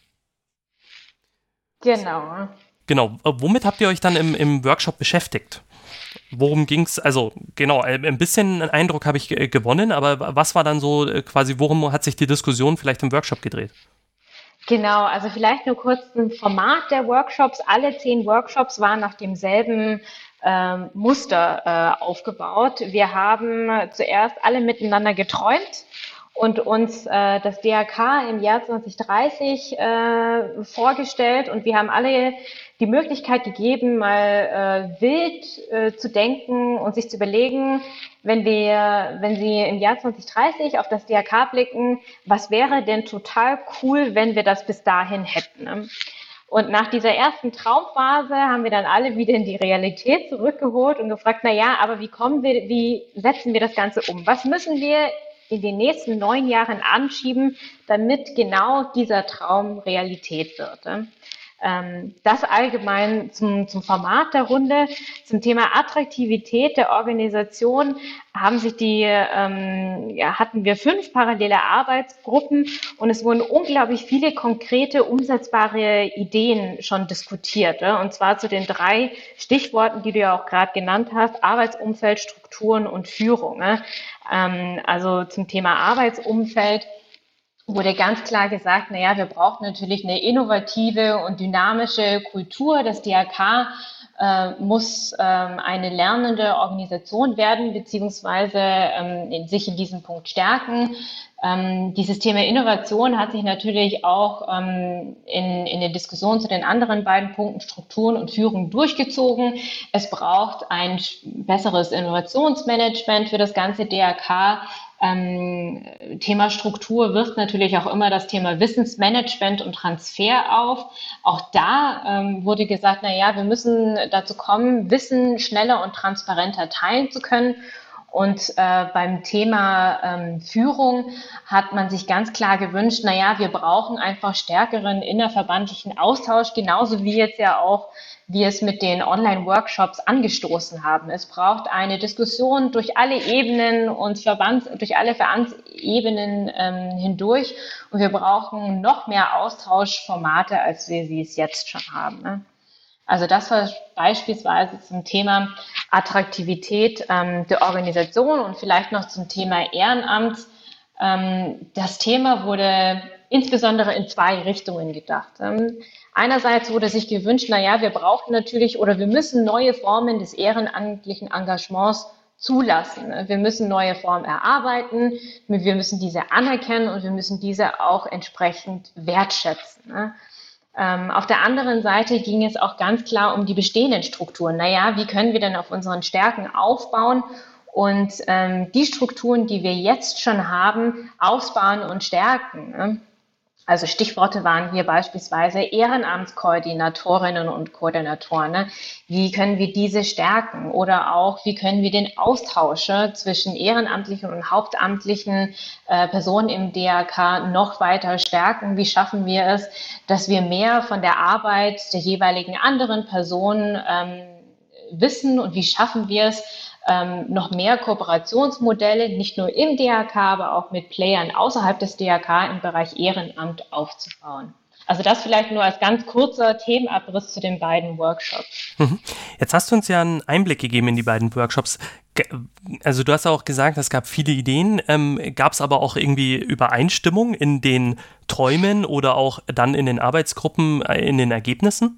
Genau. Genau. Womit habt ihr euch dann im Workshop beschäftigt? Worum ging es? Also genau, ein bisschen einen Eindruck habe ich gewonnen, aber was war dann so quasi, worum hat sich die Diskussion vielleicht im Workshop gedreht? Genau, also vielleicht nur kurz ein Format der Workshops. Alle 10 Workshops waren nach demselben Muster aufgebaut. Wir haben zuerst alle miteinander geträumt und uns das DRK im Jahr 2030 vorgestellt, und wir haben alle die Möglichkeit gegeben, mal wild zu denken und sich zu überlegen, wenn Sie im Jahr 2030 auf das DRK blicken, was wäre denn total cool, wenn wir das bis dahin hätten? Ne? Und nach dieser ersten Traumphase haben wir dann alle wieder in die Realität zurückgeholt und gefragt, aber wie setzen wir das Ganze um? Was müssen wir in den nächsten 9 Jahren anschieben, damit genau dieser Traum Realität wird? Ne? Das allgemein zum Format der Runde. Zum Thema Attraktivität der Organisation hatten wir 5 parallele Arbeitsgruppen, und es wurden unglaublich viele konkrete, umsetzbare Ideen schon diskutiert. Und zwar zu den 3 Stichworten, die du ja auch gerade genannt hast: Arbeitsumfeld, Strukturen und Führung. Also zum Thema Arbeitsumfeld wurde ganz klar gesagt, wir brauchen natürlich eine innovative und dynamische Kultur. Das DRK muss eine lernende Organisation werden, beziehungsweise sich in diesem Punkt stärken. Dieses Thema Innovation hat sich natürlich auch in der Diskussion zu den anderen beiden Punkten Strukturen und Führung durchgezogen. Es braucht ein besseres Innovationsmanagement für das ganze DRK. Thema Struktur wirft natürlich auch immer das Thema Wissensmanagement und Transfer auf. Auch da wurde gesagt, wir müssen dazu kommen, Wissen schneller und transparenter teilen zu können. Und beim Thema Führung hat man sich ganz klar gewünscht, naja, wir brauchen einfach stärkeren innerverbandlichen Austausch, genauso wie jetzt ja auch wir es mit den Online-Workshops angestoßen haben. Es braucht eine Diskussion durch alle Ebenen und durch alle Verbandsebenen hindurch. Und wir brauchen noch mehr Austauschformate, als wir sie es jetzt schon haben. Ne? Also das war beispielsweise zum Thema Attraktivität der Organisation und vielleicht noch zum Thema Ehrenamt. Das Thema wurde insbesondere in zwei Richtungen gedacht. Einerseits wurde sich gewünscht, naja, wir brauchen natürlich oder wir müssen neue Formen des ehrenamtlichen Engagements zulassen. Wir müssen neue Formen erarbeiten, wir müssen diese anerkennen und wir müssen diese auch entsprechend wertschätzen. Auf der anderen Seite ging es auch ganz klar um die bestehenden Strukturen. Naja, wie können wir denn auf unseren Stärken aufbauen und die Strukturen, die wir jetzt schon haben, ausbauen und stärken? Ne? Also Stichworte waren hier beispielsweise Ehrenamtskoordinatorinnen und Koordinatoren. Ne? Wie können wir diese stärken? Oder auch, wie können wir den Austausch zwischen ehrenamtlichen und hauptamtlichen Personen im DRK noch weiter stärken? Wie schaffen wir es, dass wir mehr von der Arbeit der jeweiligen anderen Personen wissen? Und wie schaffen wir es, noch mehr Kooperationsmodelle, nicht nur im DRK, aber auch mit Playern außerhalb des DRK im Bereich Ehrenamt aufzubauen. Also das vielleicht nur als ganz kurzer Themenabriss zu den beiden Workshops. Jetzt hast du uns ja einen Einblick gegeben in die beiden Workshops. Also du hast auch gesagt, es gab viele Ideen. Gab es aber auch irgendwie Übereinstimmung in den Träumen oder auch dann in den Arbeitsgruppen, in den Ergebnissen?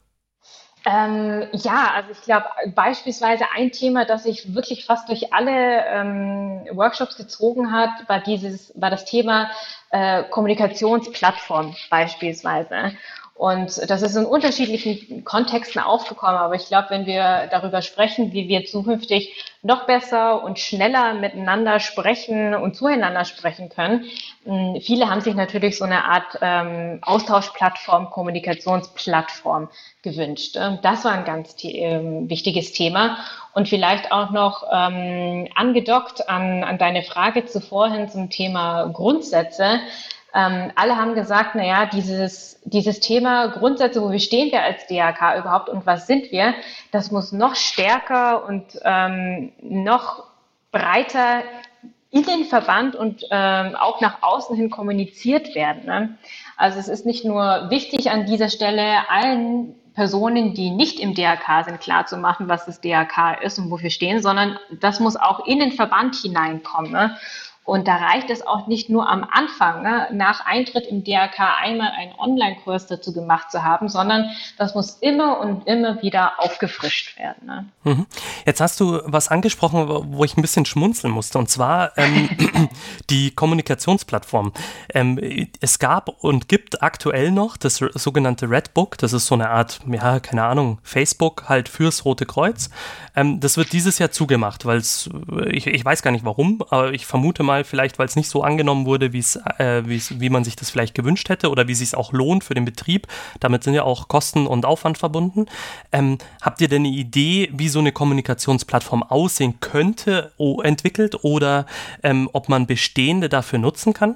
Ja, also ich glaube beispielsweise ein Thema, das sich wirklich fast durch alle Workshops gezogen hat, war das Thema Kommunikationsplattform beispielsweise. Und das ist in unterschiedlichen Kontexten aufgekommen, aber ich glaube, wenn wir darüber sprechen, wie wir zukünftig noch besser und schneller miteinander sprechen und zueinander sprechen können, viele haben sich natürlich so eine Art Austauschplattform, Kommunikationsplattform gewünscht. Das war ein ganz wichtiges Thema und vielleicht auch noch angedockt an deine Frage zuvor hin zum Thema Grundsätze. Alle haben gesagt, naja, dieses Thema Grundsätze, wo stehen wir als DRK überhaupt und was sind wir, das muss noch stärker und noch breiter in den Verband und auch nach außen hin kommuniziert werden. Ne? Also es ist nicht nur wichtig, an dieser Stelle allen Personen, die nicht im DRK sind, klarzumachen, was das DRK ist und wofür wir stehen, sondern das muss auch in den Verband hineinkommen. Ne? Und da reicht es auch nicht nur am Anfang, ne, nach Eintritt im DRK einmal einen Online-Kurs dazu gemacht zu haben, sondern das muss immer und immer wieder aufgefrischt werden. Ne? Jetzt hast du was angesprochen, wo ich ein bisschen schmunzeln musste, und zwar die Kommunikationsplattform. Es gab und gibt aktuell noch das sogenannte Red Book, das ist so eine Art, ja, keine Ahnung, Facebook halt fürs Rote Kreuz. Das wird dieses Jahr zugemacht, weil ich weiß gar nicht warum, aber ich vermute mal, vielleicht, weil es nicht so angenommen wurde, wie man sich das vielleicht gewünscht hätte oder wie es sich auch lohnt für den Betrieb. Damit sind ja auch Kosten und Aufwand verbunden. Habt ihr denn eine Idee, wie so eine Kommunikationsplattform aussehen könnte, entwickelt oder ob man bestehende dafür nutzen kann?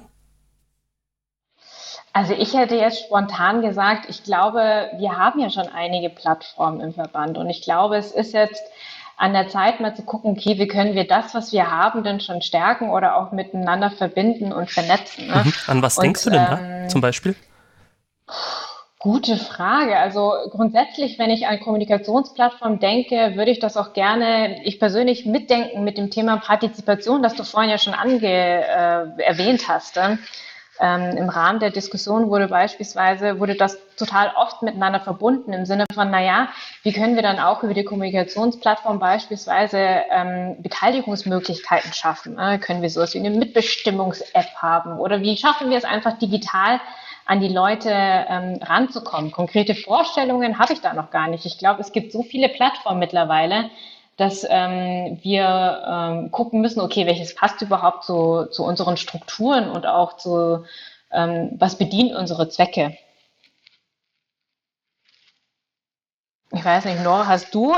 Also ich hätte jetzt spontan gesagt, ich glaube, wir haben ja schon einige Plattformen im Verband und ich glaube, es ist jetzt an der Zeit mal zu gucken, okay, wie können wir das, was wir haben, denn schon stärken oder auch miteinander verbinden und vernetzen. Ne? An was denkst du denn da zum Beispiel? Gute Frage. Also grundsätzlich, wenn ich an Kommunikationsplattformen denke, würde ich das auch gerne, ich persönlich mitdenken mit dem Thema Partizipation, das du vorhin ja schon erwähnt hast. Im Rahmen der Diskussion wurde das total oft miteinander verbunden im Sinne von, naja, wie können wir dann auch über die Kommunikationsplattform beispielsweise Beteiligungsmöglichkeiten schaffen? Können wir sowas wie eine Mitbestimmungs-App haben? Oder wie schaffen wir es einfach digital an die Leute ranzukommen? Konkrete Vorstellungen habe ich da noch gar nicht. Ich glaube, es gibt so viele Plattformen mittlerweile, dass wir gucken müssen, okay, welches passt überhaupt zu unseren Strukturen und auch zu, was bedient unsere Zwecke. Ich weiß nicht, Nora, hast du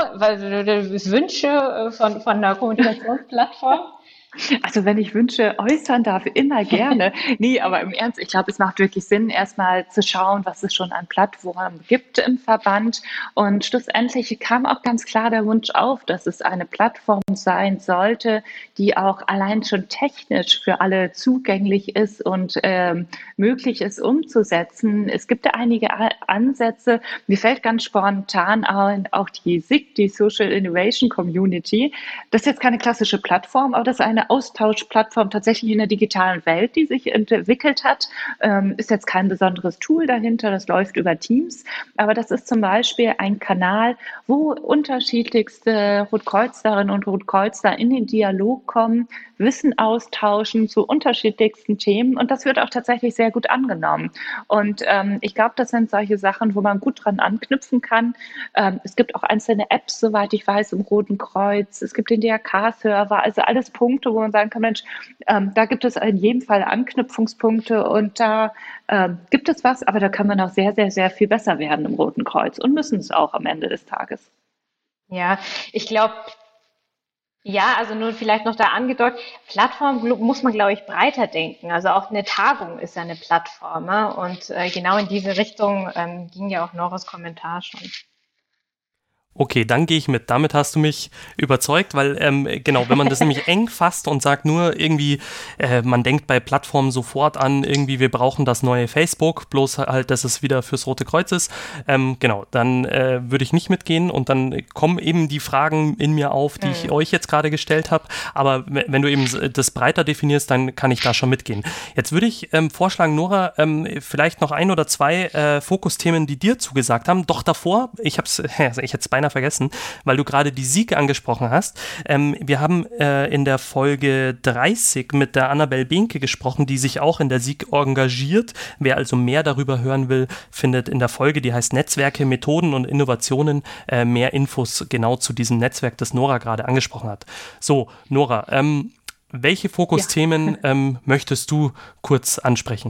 Wünsche von einer Kommunikationsplattform? Also wenn ich Wünsche äußern darf, immer gerne. Nee, aber im Ernst, ich glaube, es macht wirklich Sinn, erstmal zu schauen, was es schon an Plattformen gibt im Verband. Und schlussendlich kam auch ganz klar der Wunsch auf, dass es eine Plattform sein sollte, die auch allein schon technisch für alle zugänglich ist und möglich ist umzusetzen. Es gibt einige Ansätze. Mir fällt ganz spontan auch die SIG, die Social Innovation Community. Das ist jetzt keine klassische Plattform, aber das ist eine Austauschplattform tatsächlich in der digitalen Welt, die sich entwickelt hat. Ist jetzt kein besonderes Tool dahinter, das läuft über Teams, aber das ist zum Beispiel ein Kanal, wo unterschiedlichste Rotkreuzlerinnen und Rotkreuzler in den Dialog kommen, Wissen austauschen zu unterschiedlichsten Themen und das wird auch tatsächlich sehr gut angenommen. Und ich glaube, das sind solche Sachen, wo man gut dran anknüpfen kann. Es gibt auch einzelne Apps, soweit ich weiß, im Roten Kreuz. Es gibt den DRK-Server, also alles Punkte, wo man sagen kann, Mensch, da gibt es in jedem Fall Anknüpfungspunkte und da gibt es was, aber da kann man auch sehr, sehr, sehr viel besser werden im Roten Kreuz und müssen es auch am Ende des Tages. Ja, ich glaube, ja, also nur vielleicht noch da angedeutet, Plattform muss man, glaube ich, breiter denken. Also auch eine Tagung ist ja eine Plattform, ne? Und genau in diese Richtung ging ja auch Noras Kommentar schon. Okay, dann gehe ich mit. Damit hast du mich überzeugt, weil genau, wenn man das nämlich eng fasst und sagt nur irgendwie, man denkt bei Plattformen sofort an irgendwie, wir brauchen das neue Facebook, bloß halt, dass es wieder fürs Rote Kreuz ist. Genau, dann würde ich nicht mitgehen und dann kommen eben die Fragen in mir auf, die ich euch jetzt gerade gestellt habe. Aber wenn du eben das breiter definierst, dann kann ich da schon mitgehen. Jetzt würde ich vorschlagen, Nora, vielleicht noch ein oder zwei Fokusthemen, die dir zugesagt haben. Doch davor, ich hätte es beinahe vergessen, weil du gerade die SIG angesprochen hast. Wir haben in der Folge 30 mit der Annabel Behnke gesprochen, die sich auch in der SIG engagiert. Wer also mehr darüber hören will, findet in der Folge, die heißt Netzwerke, Methoden und Innovationen, mehr Infos genau zu diesem Netzwerk, das Nora gerade angesprochen hat. So, Nora, welche Fokusthemen möchtest du kurz ansprechen?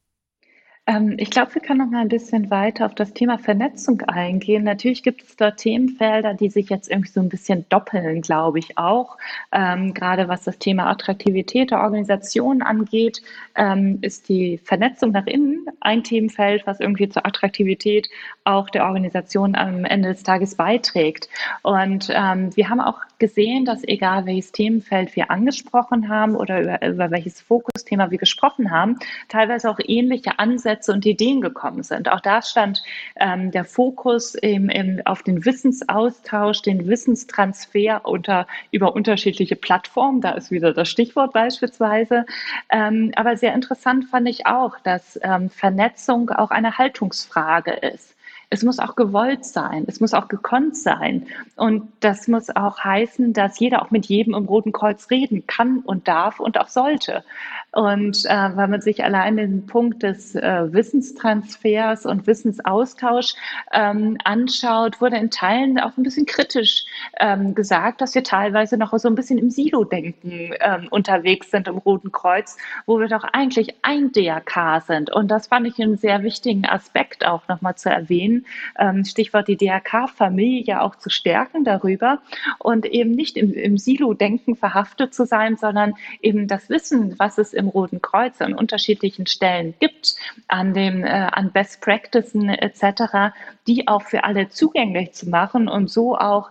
Ich glaube, wir können noch mal ein bisschen weiter auf das Thema Vernetzung eingehen. Natürlich gibt es dort Themenfelder, die sich jetzt irgendwie so ein bisschen doppeln, glaube ich auch. Gerade was das Thema Attraktivität der Organisation angeht, ist die Vernetzung nach innen ein Themenfeld, was irgendwie zur Attraktivität auch der Organisation am Ende des Tages beiträgt. Und wir haben auch gesehen, dass egal welches Themenfeld wir angesprochen haben oder über welches Fokusthema wir gesprochen haben, teilweise auch ähnliche Ansätze und Ideen gekommen sind. Auch da stand der Fokus auf den Wissensaustausch, den Wissenstransfer über unterschiedliche Plattformen. Da ist wieder das Stichwort beispielsweise. Aber sehr interessant fand ich auch, dass Vernetzung auch eine Haltungsfrage ist. Es muss auch gewollt sein, es muss auch gekonnt sein. Und das muss auch heißen, dass jeder auch mit jedem im Roten Kreuz reden kann und darf und auch sollte. Und weil man sich allein den Punkt des Wissenstransfers und Wissensaustausch anschaut, wurde in Teilen auch ein bisschen kritisch gesagt, dass wir teilweise noch so ein bisschen im Silo-Denken unterwegs sind im Roten Kreuz, wo wir doch eigentlich ein DRK sind. Und das fand ich einen sehr wichtigen Aspekt auch nochmal zu erwähnen. Stichwort die DRK-Familie auch zu stärken darüber und eben nicht im Silo-Denken verhaftet zu sein, sondern eben das Wissen, was es im Roten Kreuz an unterschiedlichen Stellen gibt, an Best Practices etc., die auch für alle zugänglich zu machen und so auch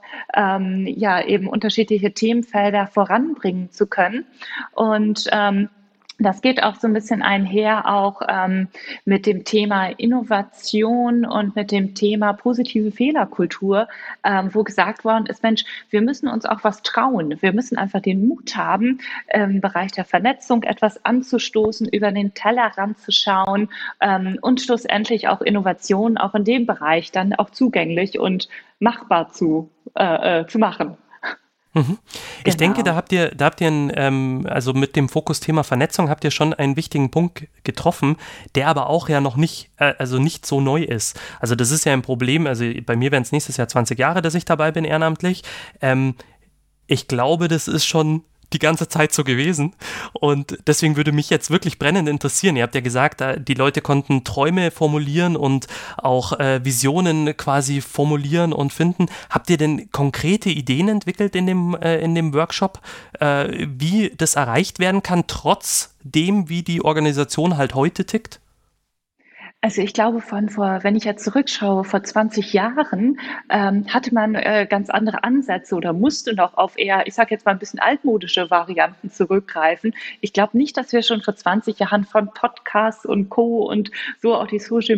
eben unterschiedliche Themenfelder voranbringen zu können. Und das geht auch so ein bisschen einher auch mit dem Thema Innovation und mit dem Thema positive Fehlerkultur, wo gesagt worden ist, Mensch, wir müssen uns auch was trauen. Wir müssen einfach den Mut haben, im Bereich der Vernetzung etwas anzustoßen, über den Tellerrand zu schauen und schlussendlich auch Innovationen auch in dem Bereich dann auch zugänglich und machbar zu machen. Mhm. Ich denke, da habt ihr also mit dem Fokusthema Vernetzung habt ihr schon einen wichtigen Punkt getroffen, der aber auch ja noch nicht so neu ist. Also das ist ja ein Problem, also bei mir wären es nächstes Jahr 20 Jahre, dass ich dabei bin ehrenamtlich. Ich glaube, das ist schon die ganze Zeit so gewesen. Und deswegen würde mich jetzt wirklich brennend interessieren. Ihr habt ja gesagt, die Leute konnten Träume formulieren und auch Visionen quasi formulieren und finden. Habt ihr denn konkrete Ideen entwickelt in dem Workshop, wie das erreicht werden kann, trotz dem, wie die Organisation halt heute tickt? Also ich glaube, wenn ich jetzt zurückschaue, vor 20 Jahren hatte man ganz andere Ansätze oder musste noch auf eher, ich sage jetzt mal ein bisschen altmodische Varianten zurückgreifen. Ich glaube nicht, dass wir schon vor 20 Jahren von Podcasts und Co. und so auch die Social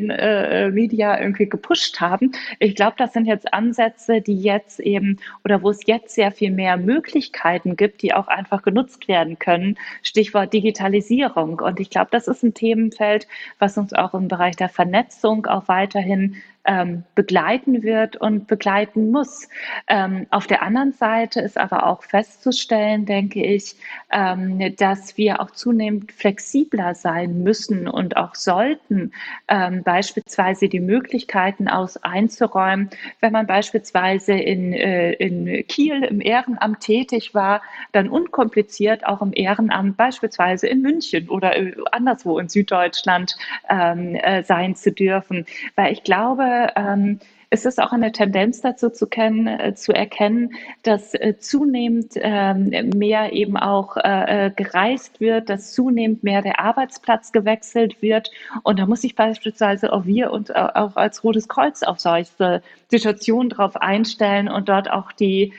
Media irgendwie gepusht haben. Ich glaube, das sind jetzt Ansätze, die jetzt eben oder wo es jetzt sehr viel mehr Möglichkeiten gibt, die auch einfach genutzt werden können. Stichwort Digitalisierung. Und ich glaube, das ist ein Themenfeld, was uns auch im Bereich der Vernetzung auch weiterhin begleiten wird und begleiten muss. Auf der anderen Seite ist aber auch festzustellen, denke ich, dass wir auch zunehmend flexibler sein müssen und auch sollten, beispielsweise die Möglichkeiten einzuräumen, wenn man beispielsweise in Kiel im Ehrenamt tätig war, dann unkompliziert auch im Ehrenamt beispielsweise in München oder anderswo in Süddeutschland sein zu dürfen. Weil ich glaube, es ist auch eine Tendenz dazu zu erkennen, dass zunehmend mehr eben auch gereist wird, dass zunehmend mehr der Arbeitsplatz gewechselt wird. Und da muss sich beispielsweise auch wir und auch als Rotes Kreuz auf solche Situationen drauf einstellen und dort auch die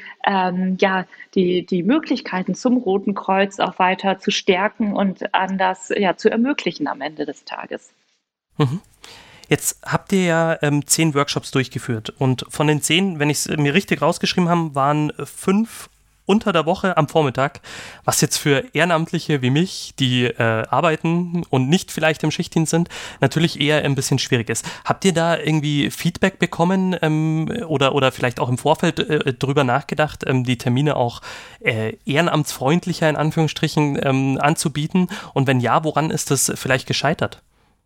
Möglichkeiten zum Roten Kreuz auch weiter zu stärken und anders zu ermöglichen am Ende des Tages. Mhm. Jetzt habt ihr ja 10 Workshops durchgeführt und von den 10, wenn ich es mir richtig rausgeschrieben habe, waren 5 unter der Woche am Vormittag, was jetzt für Ehrenamtliche wie mich, die arbeiten und nicht vielleicht im Schichtdienst sind, natürlich eher ein bisschen schwierig ist. Habt ihr da irgendwie Feedback bekommen oder vielleicht auch im Vorfeld drüber nachgedacht, die Termine auch ehrenamtsfreundlicher in Anführungsstrichen anzubieten? Und wenn ja, woran ist das vielleicht gescheitert?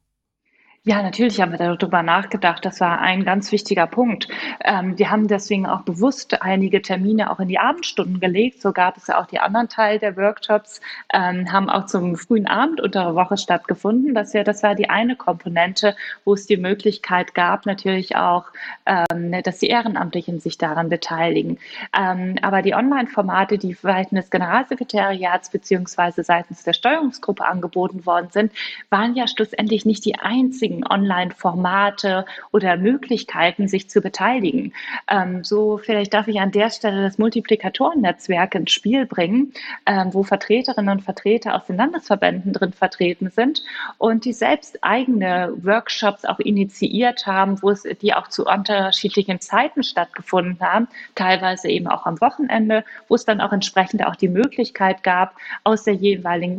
Ja, natürlich haben wir darüber nachgedacht. Das war ein ganz wichtiger Punkt. Wir haben deswegen auch bewusst einige Termine auch in die Abendstunden gelegt. So gab es ja auch die anderen Teil der Workshops, haben auch zum frühen Abend unter der Woche stattgefunden. Das war die eine Komponente, wo es die Möglichkeit gab, natürlich auch, dass die Ehrenamtlichen sich daran beteiligen. Aber die Online-Formate, die seitens des Generalsekretariats beziehungsweise seitens der Steuerungsgruppe angeboten worden sind, waren ja schlussendlich nicht die einzigen Online-Formate oder Möglichkeiten, sich zu beteiligen. So vielleicht darf ich an der Stelle das Multiplikatoren-Netzwerk ins Spiel bringen, wo Vertreterinnen und Vertreter aus den Landesverbänden drin vertreten sind und die selbst eigene Workshops auch initiiert haben, die auch zu unterschiedlichen Zeiten stattgefunden haben, teilweise eben auch am Wochenende, wo es dann auch entsprechend auch die Möglichkeit gab, aus der jeweiligen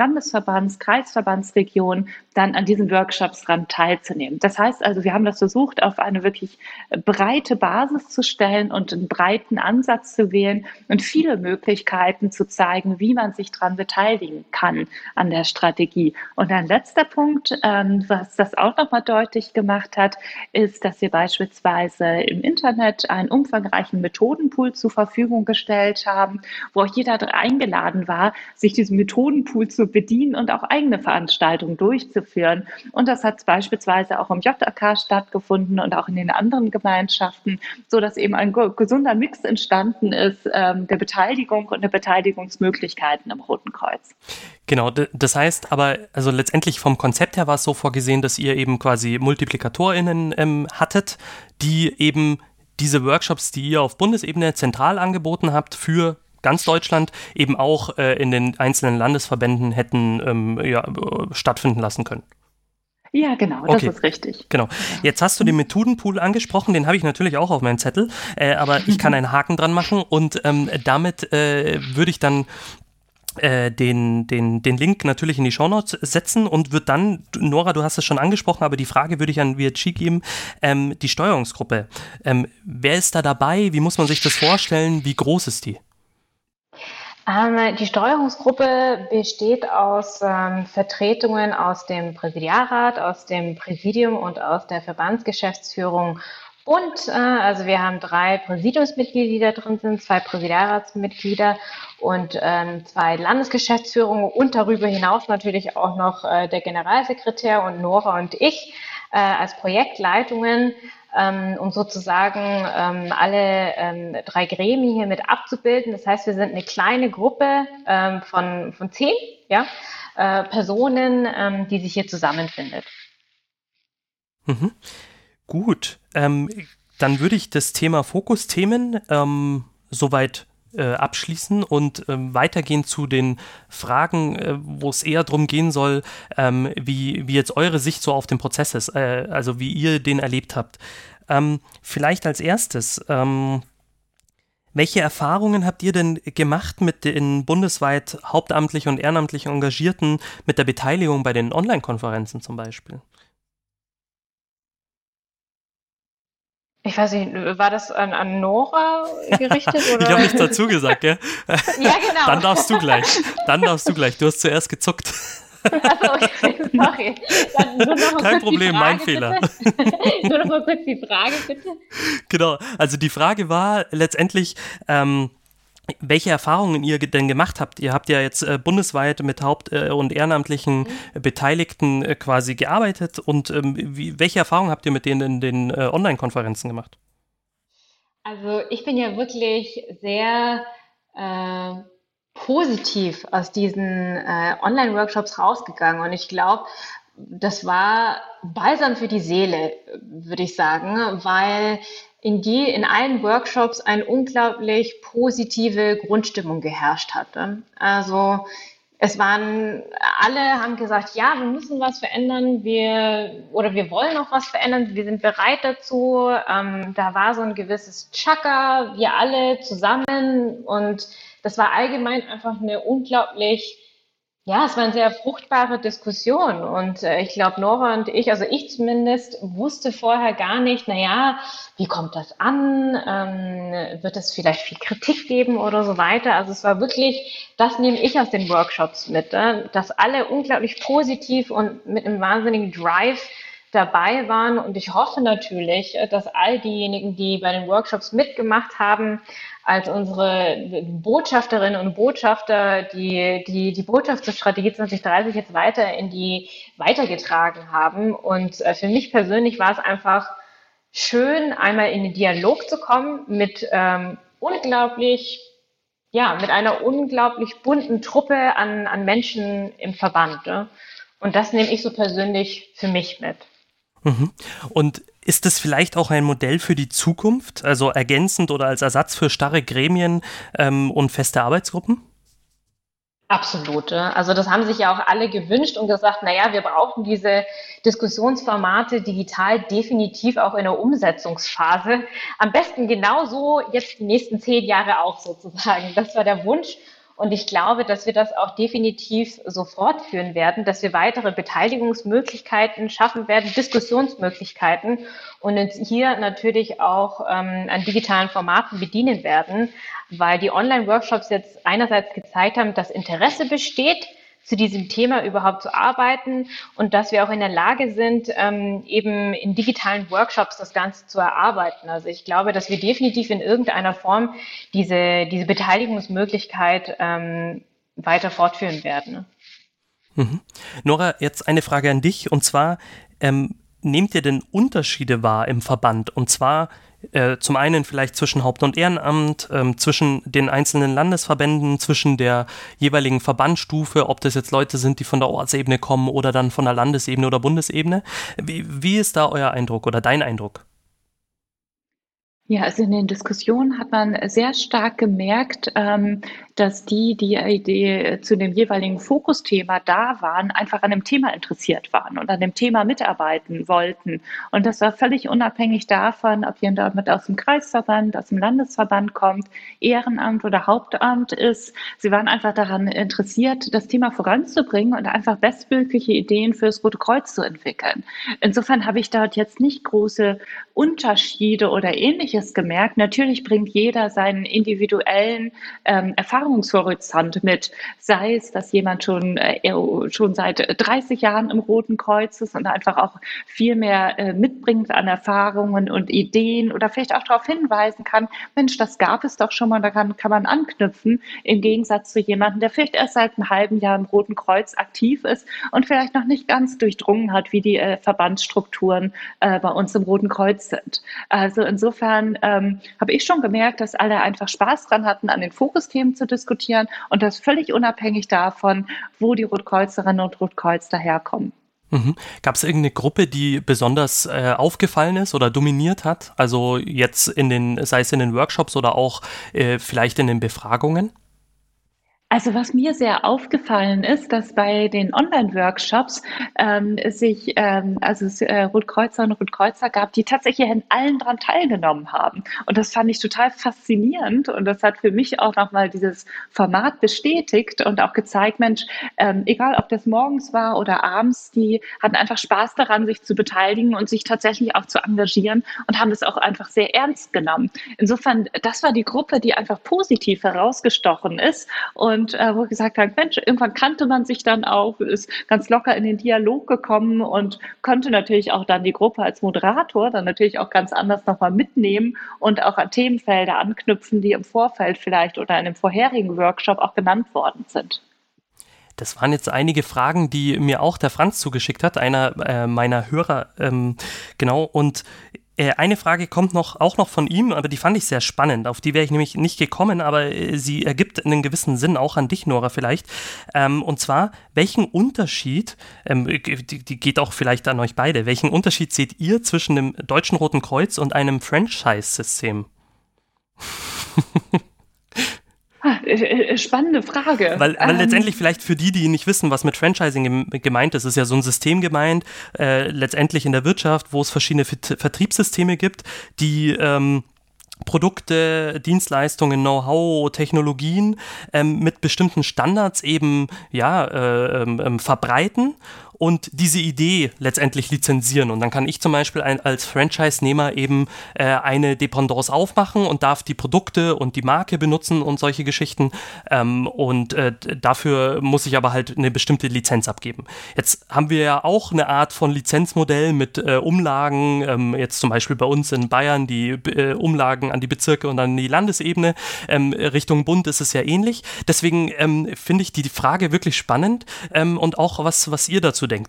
Kreisverbandsregion dann an diesen Workshops dran teilzunehmen. Das heißt also, wir haben das versucht, auf eine wirklich breite Basis zu stellen und einen breiten Ansatz zu wählen und viele Möglichkeiten zu zeigen, wie man sich daran beteiligen kann an der Strategie. Und ein letzter Punkt, was das auch nochmal deutlich gemacht hat, ist, dass wir beispielsweise im Internet einen umfangreichen Methodenpool zur Verfügung gestellt haben, wo auch jeder eingeladen war, sich diesen Methodenpool zu bedienen und auch eigene Veranstaltungen durchzuführen. Und das hat beispielsweise auch im JAK stattgefunden und auch in den anderen Gemeinschaften, so dass eben ein gesunder Mix entstanden ist der Beteiligung und der Beteiligungsmöglichkeiten im Roten Kreuz. Genau, das heißt aber, also letztendlich vom Konzept her war es so vorgesehen, dass ihr eben quasi MultiplikatorInnen hattet, die eben diese Workshops, die ihr auf Bundesebene zentral angeboten habt, für ganz Deutschland eben auch in den einzelnen Landesverbänden hätten stattfinden lassen können. Ja, genau, das ist richtig. Genau. Jetzt hast du den Methodenpool angesprochen, den habe ich natürlich auch auf meinem Zettel, aber ich kann einen Haken dran machen und damit würde ich dann den Link natürlich in die Shownotes setzen und wird dann, Nora, du hast es schon angesprochen, aber die Frage würde ich an VHG geben, die Steuerungsgruppe. Wer ist da dabei? Wie muss man sich das vorstellen? Wie groß ist die? Die Steuerungsgruppe besteht aus Vertretungen aus dem Präsidialrat, aus dem Präsidium und aus der Verbandsgeschäftsführung Und also wir haben 3 Präsidiumsmitglieder, die da drin sind, 2 Präsidialratsmitglieder und 2 Landesgeschäftsführungen und darüber hinaus natürlich auch noch der Generalsekretär und Nora und ich als Projektleitungen, um sozusagen alle 3 Gremien hier mit abzubilden. Das heißt, wir sind eine kleine Gruppe von 10 Personen, die sich hier zusammenfindet. Mhm. Gut, dann würde ich das Thema Fokusthemen soweit abschließen und weitergehen zu den Fragen, wo es eher darum gehen soll, wie jetzt eure Sicht so auf den Prozess ist, also wie ihr den erlebt habt. Vielleicht als erstes, welche Erfahrungen habt ihr denn gemacht mit den bundesweit hauptamtlich und ehrenamtlich Engagierten mit der Beteiligung bei den Online-Konferenzen zum Beispiel? Ich weiß nicht, war das an Nora gerichtet? Oder? Ich habe nichts dazu gesagt, gell? Ja, genau. Dann darfst du gleich. Du hast zuerst gezuckt. Achso, okay, sorry. Dann nur noch mal Kein kurz Problem, die Frage, mein Fehler. Nur noch mal kurz die Frage, bitte. Genau, also die Frage war letztendlich, welche Erfahrungen ihr denn gemacht habt. Ihr habt ja jetzt bundesweit mit Haupt- und ehrenamtlichen Beteiligten quasi gearbeitet und welche Erfahrungen habt ihr mit denen in den Online-Konferenzen gemacht? Also ich bin ja wirklich sehr positiv aus diesen Online-Workshops rausgegangen und ich glaube, das war balsam für die Seele, würde ich sagen, weil in allen Workshops eine unglaublich positive Grundstimmung geherrscht hatte. Also alle haben gesagt, ja, wir müssen was verändern, wir wollen auch was verändern, wir sind bereit dazu. Da war so ein gewisses Chaka, wir alle zusammen und das war allgemein einfach es war eine sehr fruchtbare Diskussion und ich glaube, Nora und ich, also ich zumindest, wusste vorher gar nicht, wie kommt das an? Wird es vielleicht viel Kritik geben oder so weiter? Also es war wirklich, das nehme ich aus den Workshops mit, dass alle unglaublich positiv und mit einem wahnsinnigen Drive dabei waren und ich hoffe natürlich, dass all diejenigen, die bei den Workshops mitgemacht haben, als unsere Botschafterinnen und Botschafter die Botschaft zur Strategie 2030 jetzt weitergetragen haben. Und für mich persönlich war es einfach schön, einmal in den Dialog zu kommen mit einer unglaublich bunten Truppe an Menschen im Verband. Ne? Und das nehme ich so persönlich für mich mit. Mhm. Und ist das vielleicht auch ein Modell für die Zukunft, also ergänzend oder als Ersatz für starre Gremien und feste Arbeitsgruppen? Absolut. Also das haben sich ja auch alle gewünscht und gesagt, wir brauchen diese Diskussionsformate digital definitiv auch in der Umsetzungsphase. Am besten genauso jetzt die nächsten 10 Jahre auch sozusagen. Das war der Wunsch. Und ich glaube, dass wir das auch definitiv so fortführen werden, dass wir weitere Beteiligungsmöglichkeiten schaffen werden, Diskussionsmöglichkeiten und uns hier natürlich auch an digitalen Formaten bedienen werden, weil die Online-Workshops jetzt einerseits gezeigt haben, dass Interesse besteht, zu diesem Thema überhaupt zu arbeiten und dass wir auch in der Lage sind, eben in digitalen Workshops das Ganze zu erarbeiten. Also ich glaube, dass wir definitiv in irgendeiner Form diese Beteiligungsmöglichkeit weiter fortführen werden. Mhm. Nora, jetzt eine Frage an dich und zwar, nehmt ihr denn Unterschiede wahr im Verband? Und zwar zum einen vielleicht zwischen Haupt- und Ehrenamt, zwischen den einzelnen Landesverbänden, zwischen der jeweiligen Verbandsstufe, ob das jetzt Leute sind, die von der Ortsebene kommen oder dann von der Landesebene oder Bundesebene. Wie ist da euer Eindruck oder dein Eindruck? Ja, also in den Diskussionen hat man sehr stark gemerkt, dass die zu dem jeweiligen Fokusthema da waren, einfach an dem Thema interessiert waren und an dem Thema mitarbeiten wollten. Und das war völlig unabhängig davon, ob jemand aus dem Kreisverband, aus dem Landesverband kommt, Ehrenamt oder Hauptamt ist. Sie waren einfach daran interessiert, das Thema voranzubringen und einfach bestmögliche Ideen fürs Rote Kreuz zu entwickeln. Insofern habe ich dort jetzt nicht große Unterschiede oder Ähnliches gemerkt. Natürlich bringt jeder seinen individuellen Erfahrungsschatz Erfahrungshorizont mit, sei es, dass jemand schon seit 30 Jahren im Roten Kreuz ist und einfach auch viel mehr mitbringt an Erfahrungen und Ideen oder vielleicht auch darauf hinweisen kann, Mensch, das gab es doch schon mal, da kann man anknüpfen, im Gegensatz zu jemandem, der vielleicht erst seit einem halben Jahr im Roten Kreuz aktiv ist und vielleicht noch nicht ganz durchdrungen hat, wie die Verbandsstrukturen bei uns im Roten Kreuz sind. Also insofern habe ich schon gemerkt, dass alle einfach Spaß dran hatten, an den Fokusthemen zu diskutieren und das völlig unabhängig davon, wo die Rotkreuzerinnen und Rotkreuzler herkommen. Mhm. Gab es irgendeine Gruppe, die besonders aufgefallen ist oder dominiert hat? Also jetzt sei es in den Workshops oder auch vielleicht in den Befragungen? Also was mir sehr aufgefallen ist, dass bei den Online-Workshops es Rotkreuzerinnen und Rotkreuzer gab, die tatsächlich an allen dran teilgenommen haben. Und das fand ich total faszinierend und das hat für mich auch nochmal dieses Format bestätigt und auch gezeigt, Mensch, egal ob das morgens war oder abends, die hatten einfach Spaß daran, sich zu beteiligen und sich tatsächlich auch zu engagieren und haben das auch einfach sehr ernst genommen. Insofern, das war die Gruppe, die einfach positiv herausgestochen ist und wo gesagt haben, Mensch, irgendwann kannte man sich dann auch, ist ganz locker in den Dialog gekommen und konnte natürlich auch dann die Gruppe als Moderator dann natürlich auch ganz anders nochmal mitnehmen und auch an Themenfelder anknüpfen, die im Vorfeld vielleicht oder in einem vorherigen Workshop auch genannt worden sind. Das waren jetzt einige Fragen, die mir auch der Franz zugeschickt hat, einer meiner Hörer, genau, und eine Frage kommt auch noch von ihm, aber die fand ich sehr spannend. Auf die wäre ich nämlich nicht gekommen, aber sie ergibt einen gewissen Sinn, auch an dich, Nora, vielleicht. Und zwar, welchen Unterschied, die geht auch vielleicht an euch beide, welchen Unterschied seht ihr zwischen dem Deutschen Roten Kreuz und einem Franchise-System? Spannende Frage. Weil letztendlich vielleicht für die nicht wissen, was mit Franchising gemeint ist ja so ein System gemeint, letztendlich in der Wirtschaft, wo es verschiedene Vertriebssysteme gibt, die Produkte, Dienstleistungen, Know-how, Technologien mit bestimmten Standards eben verbreiten und diese Idee letztendlich lizenzieren. Und dann kann ich zum Beispiel als Franchise-Nehmer eben eine Dependance aufmachen und darf die Produkte und die Marke benutzen und solche Geschichten. Dafür muss ich aber halt eine bestimmte Lizenz abgeben. Jetzt haben wir ja auch eine Art von Lizenzmodell mit Umlagen, jetzt zum Beispiel bei uns in Bayern die Umlagen an die Bezirke und an die Landesebene. Richtung Bund ist es ja ähnlich. Deswegen finde ich die Frage wirklich spannend und auch was ihr dazu denkt.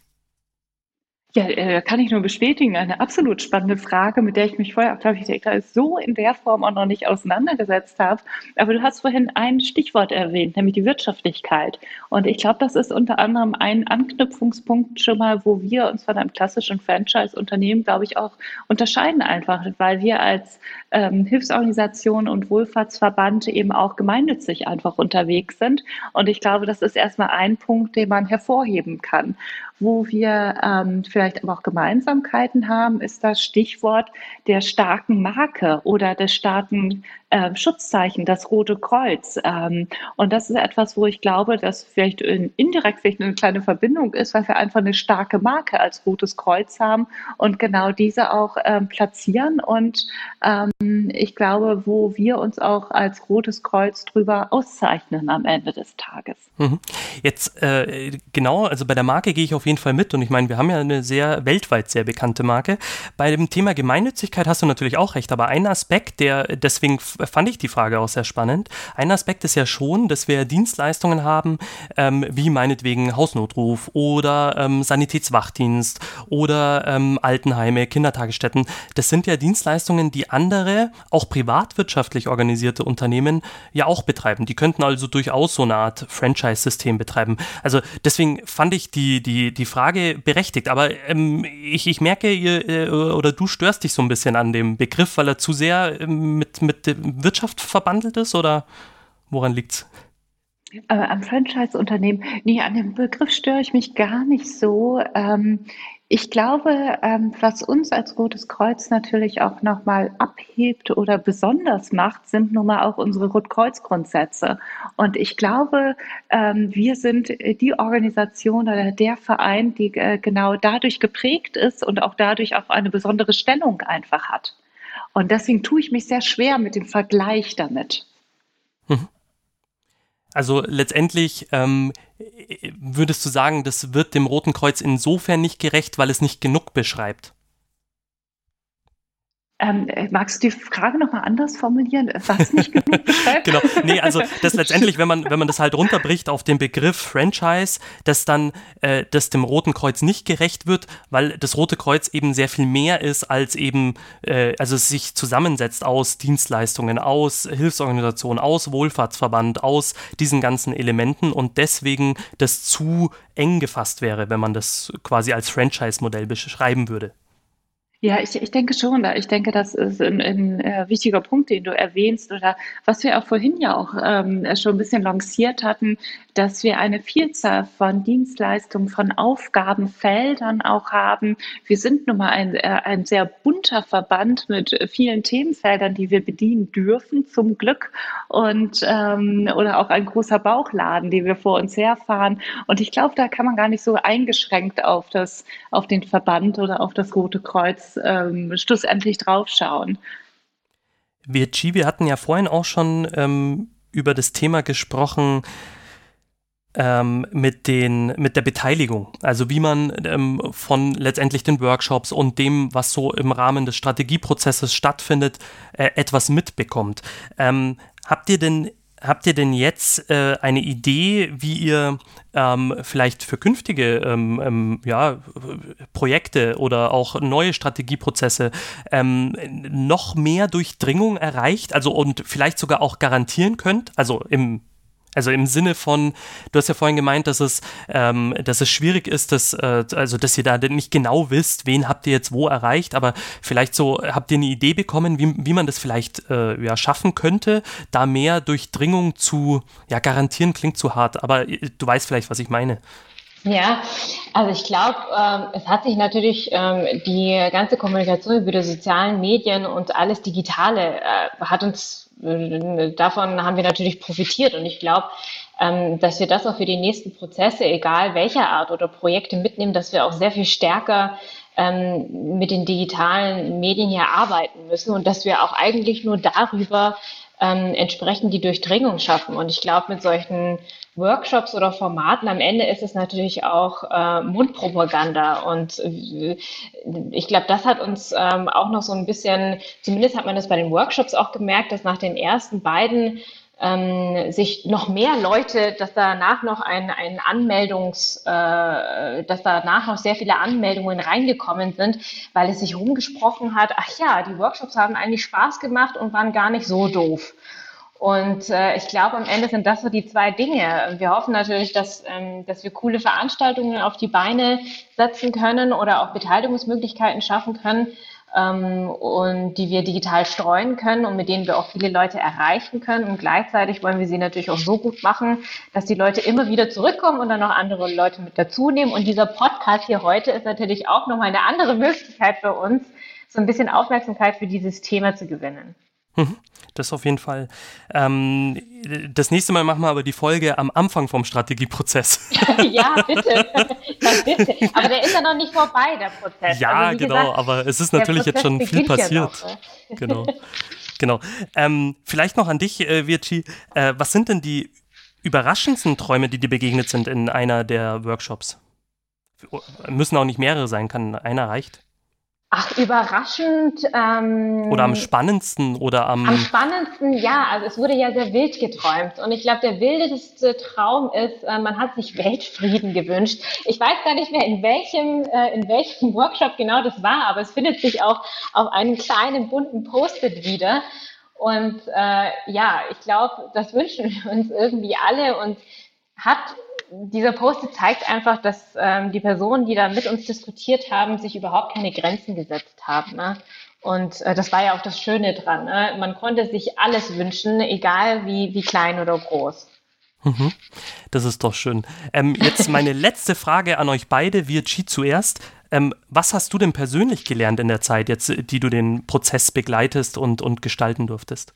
Ja, kann ich nur bestätigen. Eine absolut spannende Frage, mit der ich mich vorher, glaube ich, so in der Form auch noch nicht auseinandergesetzt habe. Aber du hast vorhin ein Stichwort erwähnt, nämlich die Wirtschaftlichkeit. Und ich glaube, das ist unter anderem ein Anknüpfungspunkt schon mal, wo wir uns von einem klassischen Franchise-Unternehmen, glaube ich, auch unterscheiden einfach, weil wir als Hilfsorganisation und Wohlfahrtsverband eben auch gemeinnützig einfach unterwegs sind. Und ich glaube, das ist erstmal ein Punkt, den man hervorheben kann. Wo wir vielleicht aber auch Gemeinsamkeiten haben, ist das Stichwort der starken Marke oder des starken Schutzzeichen, das Rote Kreuz. Und das ist etwas, wo ich glaube, dass vielleicht indirekt vielleicht eine kleine Verbindung ist, weil wir einfach eine starke Marke als Rotes Kreuz haben und genau diese auch platzieren. Und ich glaube, wo wir uns auch als Rotes Kreuz drüber auszeichnen am Ende des Tages. Jetzt genau, also bei der Marke gehe ich auf jeden Fall mit und ich meine, wir haben ja eine weltweit sehr bekannte Marke. Bei dem Thema Gemeinnützigkeit hast du natürlich auch recht, aber ein Aspekt, deswegen fand ich die Frage auch sehr spannend, ein Aspekt ist ja schon, dass wir Dienstleistungen haben, wie meinetwegen Hausnotruf oder Sanitätswachdienst oder Altenheime, Kindertagesstätten. Das sind ja Dienstleistungen, die andere, auch privatwirtschaftlich organisierte Unternehmen ja auch betreiben. Die könnten also durchaus so eine Art Franchise-System betreiben. Also deswegen fand ich die Frage berechtigt, aber ich merke, oder du störst dich so ein bisschen an dem Begriff, weil er zu sehr mit Wirtschaft verbandelt ist, oder woran liegt's? Am Franchise-Unternehmen, nee, an dem Begriff störe ich mich gar nicht so. Ich glaube, was uns als Rotes Kreuz natürlich auch nochmal abhebt oder besonders macht, sind nun mal auch unsere Rotkreuz-Grundsätze. Und ich glaube, wir sind die Organisation oder der Verein, die genau dadurch geprägt ist und auch dadurch auch eine besondere Stellung einfach hat. Und deswegen tue ich mich sehr schwer mit dem Vergleich damit. Mhm. Also letztendlich würdest du sagen, das wird dem Roten Kreuz insofern nicht gerecht, weil es nicht genug beschreibt? Magst du die Frage nochmal anders formulieren? Was nicht genug beschreibt? Genau, nee, also das letztendlich, wenn man das halt runterbricht auf den Begriff Franchise, dass dann das dem Roten Kreuz nicht gerecht wird, weil das Rote Kreuz eben sehr viel mehr ist als eben, also es sich zusammensetzt aus Dienstleistungen, aus Hilfsorganisationen, aus Wohlfahrtsverband, aus diesen ganzen Elementen und deswegen das zu eng gefasst wäre, wenn man das quasi als Franchise-Modell beschreiben würde. Ja, ich denke schon. Ich denke, das ist ein wichtiger Punkt, den du erwähnst oder was wir auch vorhin ja auch schon ein bisschen lanciert hatten, dass wir eine Vielzahl von Dienstleistungen, von Aufgabenfeldern auch haben. Wir sind nun mal ein sehr bunter Verband mit vielen Themenfeldern, die wir bedienen dürfen, zum Glück. Und oder auch ein großer Bauchladen, den wir vor uns herfahren. Und ich glaube, da kann man gar nicht so eingeschränkt auf den Verband oder auf das Rote Kreuz schlussendlich draufschauen. Wir hatten ja vorhin auch schon über das Thema gesprochen, mit der Beteiligung, also wie man von letztendlich den Workshops und dem, was so im Rahmen des Strategieprozesses stattfindet, etwas mitbekommt. Habt ihr denn jetzt eine Idee, wie ihr vielleicht für künftige Projekte oder auch neue Strategieprozesse noch mehr Durchdringung erreicht, also und vielleicht sogar auch garantieren könnt, also im Sinne von, du hast ja vorhin gemeint, dass es schwierig ist, dass ihr da nicht genau wisst, wen habt ihr jetzt wo erreicht, aber vielleicht so, habt ihr eine Idee bekommen, wie man das vielleicht schaffen könnte, da mehr Durchdringung zu garantieren, klingt zu hart, aber du weißt vielleicht, was ich meine. Ja, also ich glaube, es hat sich natürlich die ganze Kommunikation über die sozialen Medien und alles Digitale davon haben wir natürlich profitiert und ich glaube, dass wir das auch für die nächsten Prozesse, egal welcher Art oder Projekte mitnehmen, dass wir auch sehr viel stärker mit den digitalen Medien hier arbeiten müssen und dass wir auch eigentlich nur darüber entsprechend die Durchdringung schaffen. Und ich glaube, mit solchen Workshops oder Formaten am Ende ist es natürlich auch Mundpropaganda. Und ich glaube, das hat uns auch noch so ein bisschen, zumindest hat man das bei den Workshops auch gemerkt, dass nach den ersten beiden sich noch mehr Leute, dass danach noch dass danach noch sehr viele Anmeldungen reingekommen sind, weil es sich rumgesprochen hat, ach ja, die Workshops haben eigentlich Spaß gemacht und waren gar nicht so doof. Und ich glaube, am Ende sind das so die zwei Dinge. Wir hoffen natürlich, dass wir coole Veranstaltungen auf die Beine setzen können oder auch Beteiligungsmöglichkeiten schaffen können, und die wir digital streuen können und mit denen wir auch viele Leute erreichen können. Und gleichzeitig wollen wir sie natürlich auch so gut machen, dass die Leute immer wieder zurückkommen und dann noch andere Leute mit dazu nehmen. Und dieser Podcast hier heute ist natürlich auch nochmal eine andere Möglichkeit für uns, so ein bisschen Aufmerksamkeit für dieses Thema zu gewinnen. Das auf jeden Fall. Das nächste Mal machen wir aber die Folge am Anfang vom Strategieprozess. Ja, bitte. Bitte. Aber der ist ja noch nicht vorbei, der Prozess. Ja, also, genau, gesagt, aber es ist natürlich jetzt schon viel passiert. Ja noch, Genau. Vielleicht noch an dich, Virchi. Was sind denn die überraschendsten Träume, die dir begegnet sind in einer der Workshops? Müssen auch nicht mehrere sein, kann einer reicht. Ach, überraschend. Oder am spannendsten oder am spannendsten, ja. Also es wurde ja sehr wild geträumt. Und ich glaube, der wildeste Traum ist, man hat sich Weltfrieden gewünscht. Ich weiß gar nicht mehr, in welchem Workshop genau das war, aber es findet sich auch auf einem kleinen bunten Post-it wieder. Und ich glaube, das wünschen wir uns irgendwie alle und dieser Post-it zeigt einfach, dass die Personen, die da mit uns diskutiert haben, sich überhaupt keine Grenzen gesetzt haben. Ne? Und das war ja auch das Schöne dran. Ne? Man konnte sich alles wünschen, egal wie klein oder groß. Das ist doch schön. Jetzt meine letzte Frage an euch beide, Virchi zuerst. Was hast du denn persönlich gelernt in der Zeit, jetzt, die du den Prozess begleitest und gestalten durftest?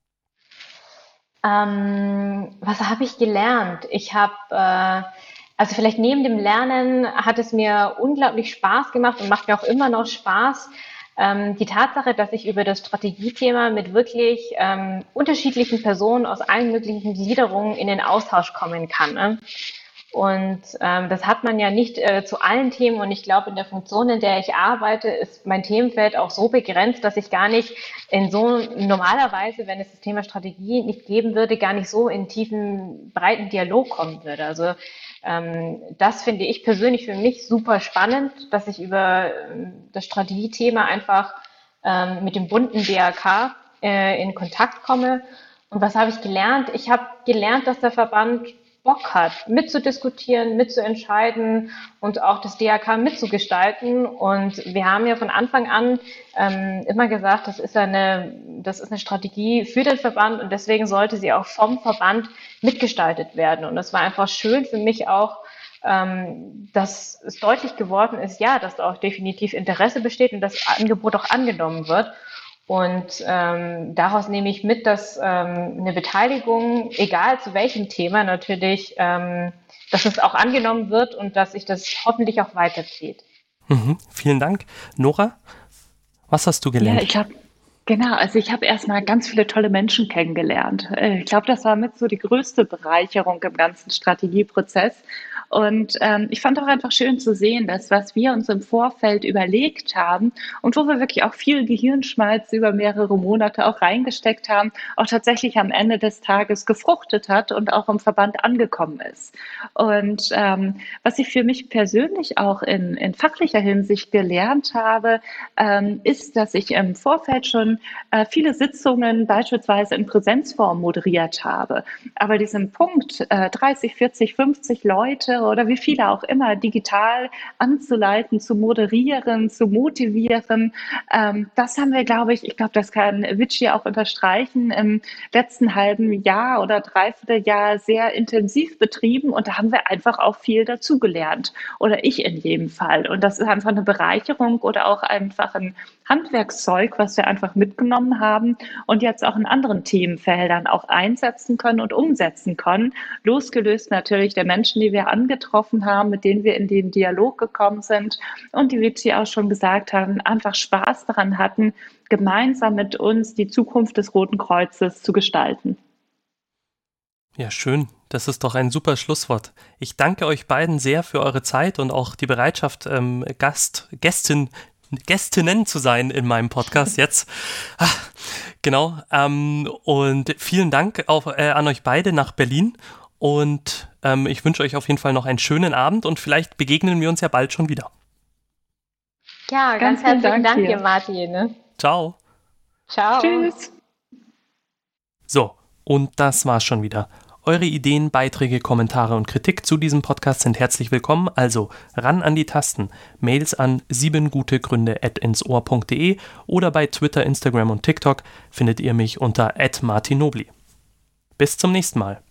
Was habe ich gelernt? Ich habe, also vielleicht neben dem Lernen hat es mir unglaublich Spaß gemacht und macht mir auch immer noch Spaß, die Tatsache, dass ich über das Strategiethema mit wirklich unterschiedlichen Personen aus allen möglichen Gliederungen in den Austausch kommen kann. Ne? Und das hat man ja nicht zu allen Themen. Und ich glaube, in der Funktion, in der ich arbeite, ist mein Themenfeld auch so begrenzt, dass ich gar nicht in so normalerweise, wenn es das Thema Strategie nicht geben würde, gar nicht so in tiefen, breiten Dialog kommen würde. Also das finde ich persönlich für mich super spannend, dass ich über das Strategiethema einfach mit dem bunten DRK in Kontakt komme. Und was habe ich gelernt? Ich habe gelernt, dass der Verband Bock hat, mitzudiskutieren, mitzuentscheiden und auch das DRK mitzugestalten. Und wir haben ja von Anfang an immer gesagt, das ist eine Strategie für den Verband und deswegen sollte sie auch vom Verband mitgestaltet werden. Und das war einfach schön für mich auch, dass es deutlich geworden ist, ja, dass da auch definitiv Interesse besteht und das Angebot auch angenommen wird. Und daraus nehme ich mit, dass eine Beteiligung, egal zu welchem Thema natürlich, dass es auch angenommen wird und dass sich das hoffentlich auch weiterzieht. Vielen Dank. Nora, was hast du gelernt? Ja, ich habe erstmal ganz viele tolle Menschen kennengelernt. Ich glaube, das war mit so die größte Bereicherung im ganzen Strategieprozess. Und ich fand auch einfach schön zu sehen, dass was wir uns im Vorfeld überlegt haben und wo wir wirklich auch viel Gehirnschmalz über mehrere Monate auch reingesteckt haben, auch tatsächlich am Ende des Tages gefruchtet hat und auch im Verband angekommen ist. Und was ich für mich persönlich auch in fachlicher Hinsicht gelernt habe, ist, dass ich im Vorfeld schon viele Sitzungen beispielsweise in Präsenzform moderiert habe. Aber diesen Punkt, 30, 40, 50 Leute oder wie viele auch immer digital anzuleiten, zu moderieren, zu motivieren, das haben wir, glaube ich, das kann Vici auch unterstreichen, im letzten halben Jahr oder Dreivierteljahr sehr intensiv betrieben und da haben wir einfach auch viel dazugelernt. Oder ich in jedem Fall. Und das ist einfach eine Bereicherung oder auch einfach ein Handwerkszeug, was wir einfach mitgenommen haben und jetzt auch in anderen Themenfeldern auch einsetzen können und umsetzen können. Losgelöst natürlich der Menschen, die wir angetroffen haben, mit denen wir in den Dialog gekommen sind und die, wie Sie auch schon gesagt haben, einfach Spaß daran hatten, gemeinsam mit uns die Zukunft des Roten Kreuzes zu gestalten. Ja, schön. Das ist doch ein super Schlusswort. Ich danke euch beiden sehr für eure Zeit und auch die Bereitschaft, Gästinnen zu sein in meinem Podcast jetzt. Genau. Und vielen Dank an euch beide nach Berlin. Und ich wünsche euch auf jeden Fall noch einen schönen Abend und vielleicht begegnen wir uns ja bald schon wieder. Ja, ganz herzlichen Dank dir, Martin. Ne? Ciao. Ciao. Tschüss. So, und das war's schon wieder. Eure Ideen, Beiträge, Kommentare und Kritik zu diesem Podcast sind herzlich willkommen, also ran an die Tasten. Mails an 7gutegründe@insohr.de oder bei Twitter, Instagram und TikTok findet ihr mich unter @martinobli. Bis zum nächsten Mal.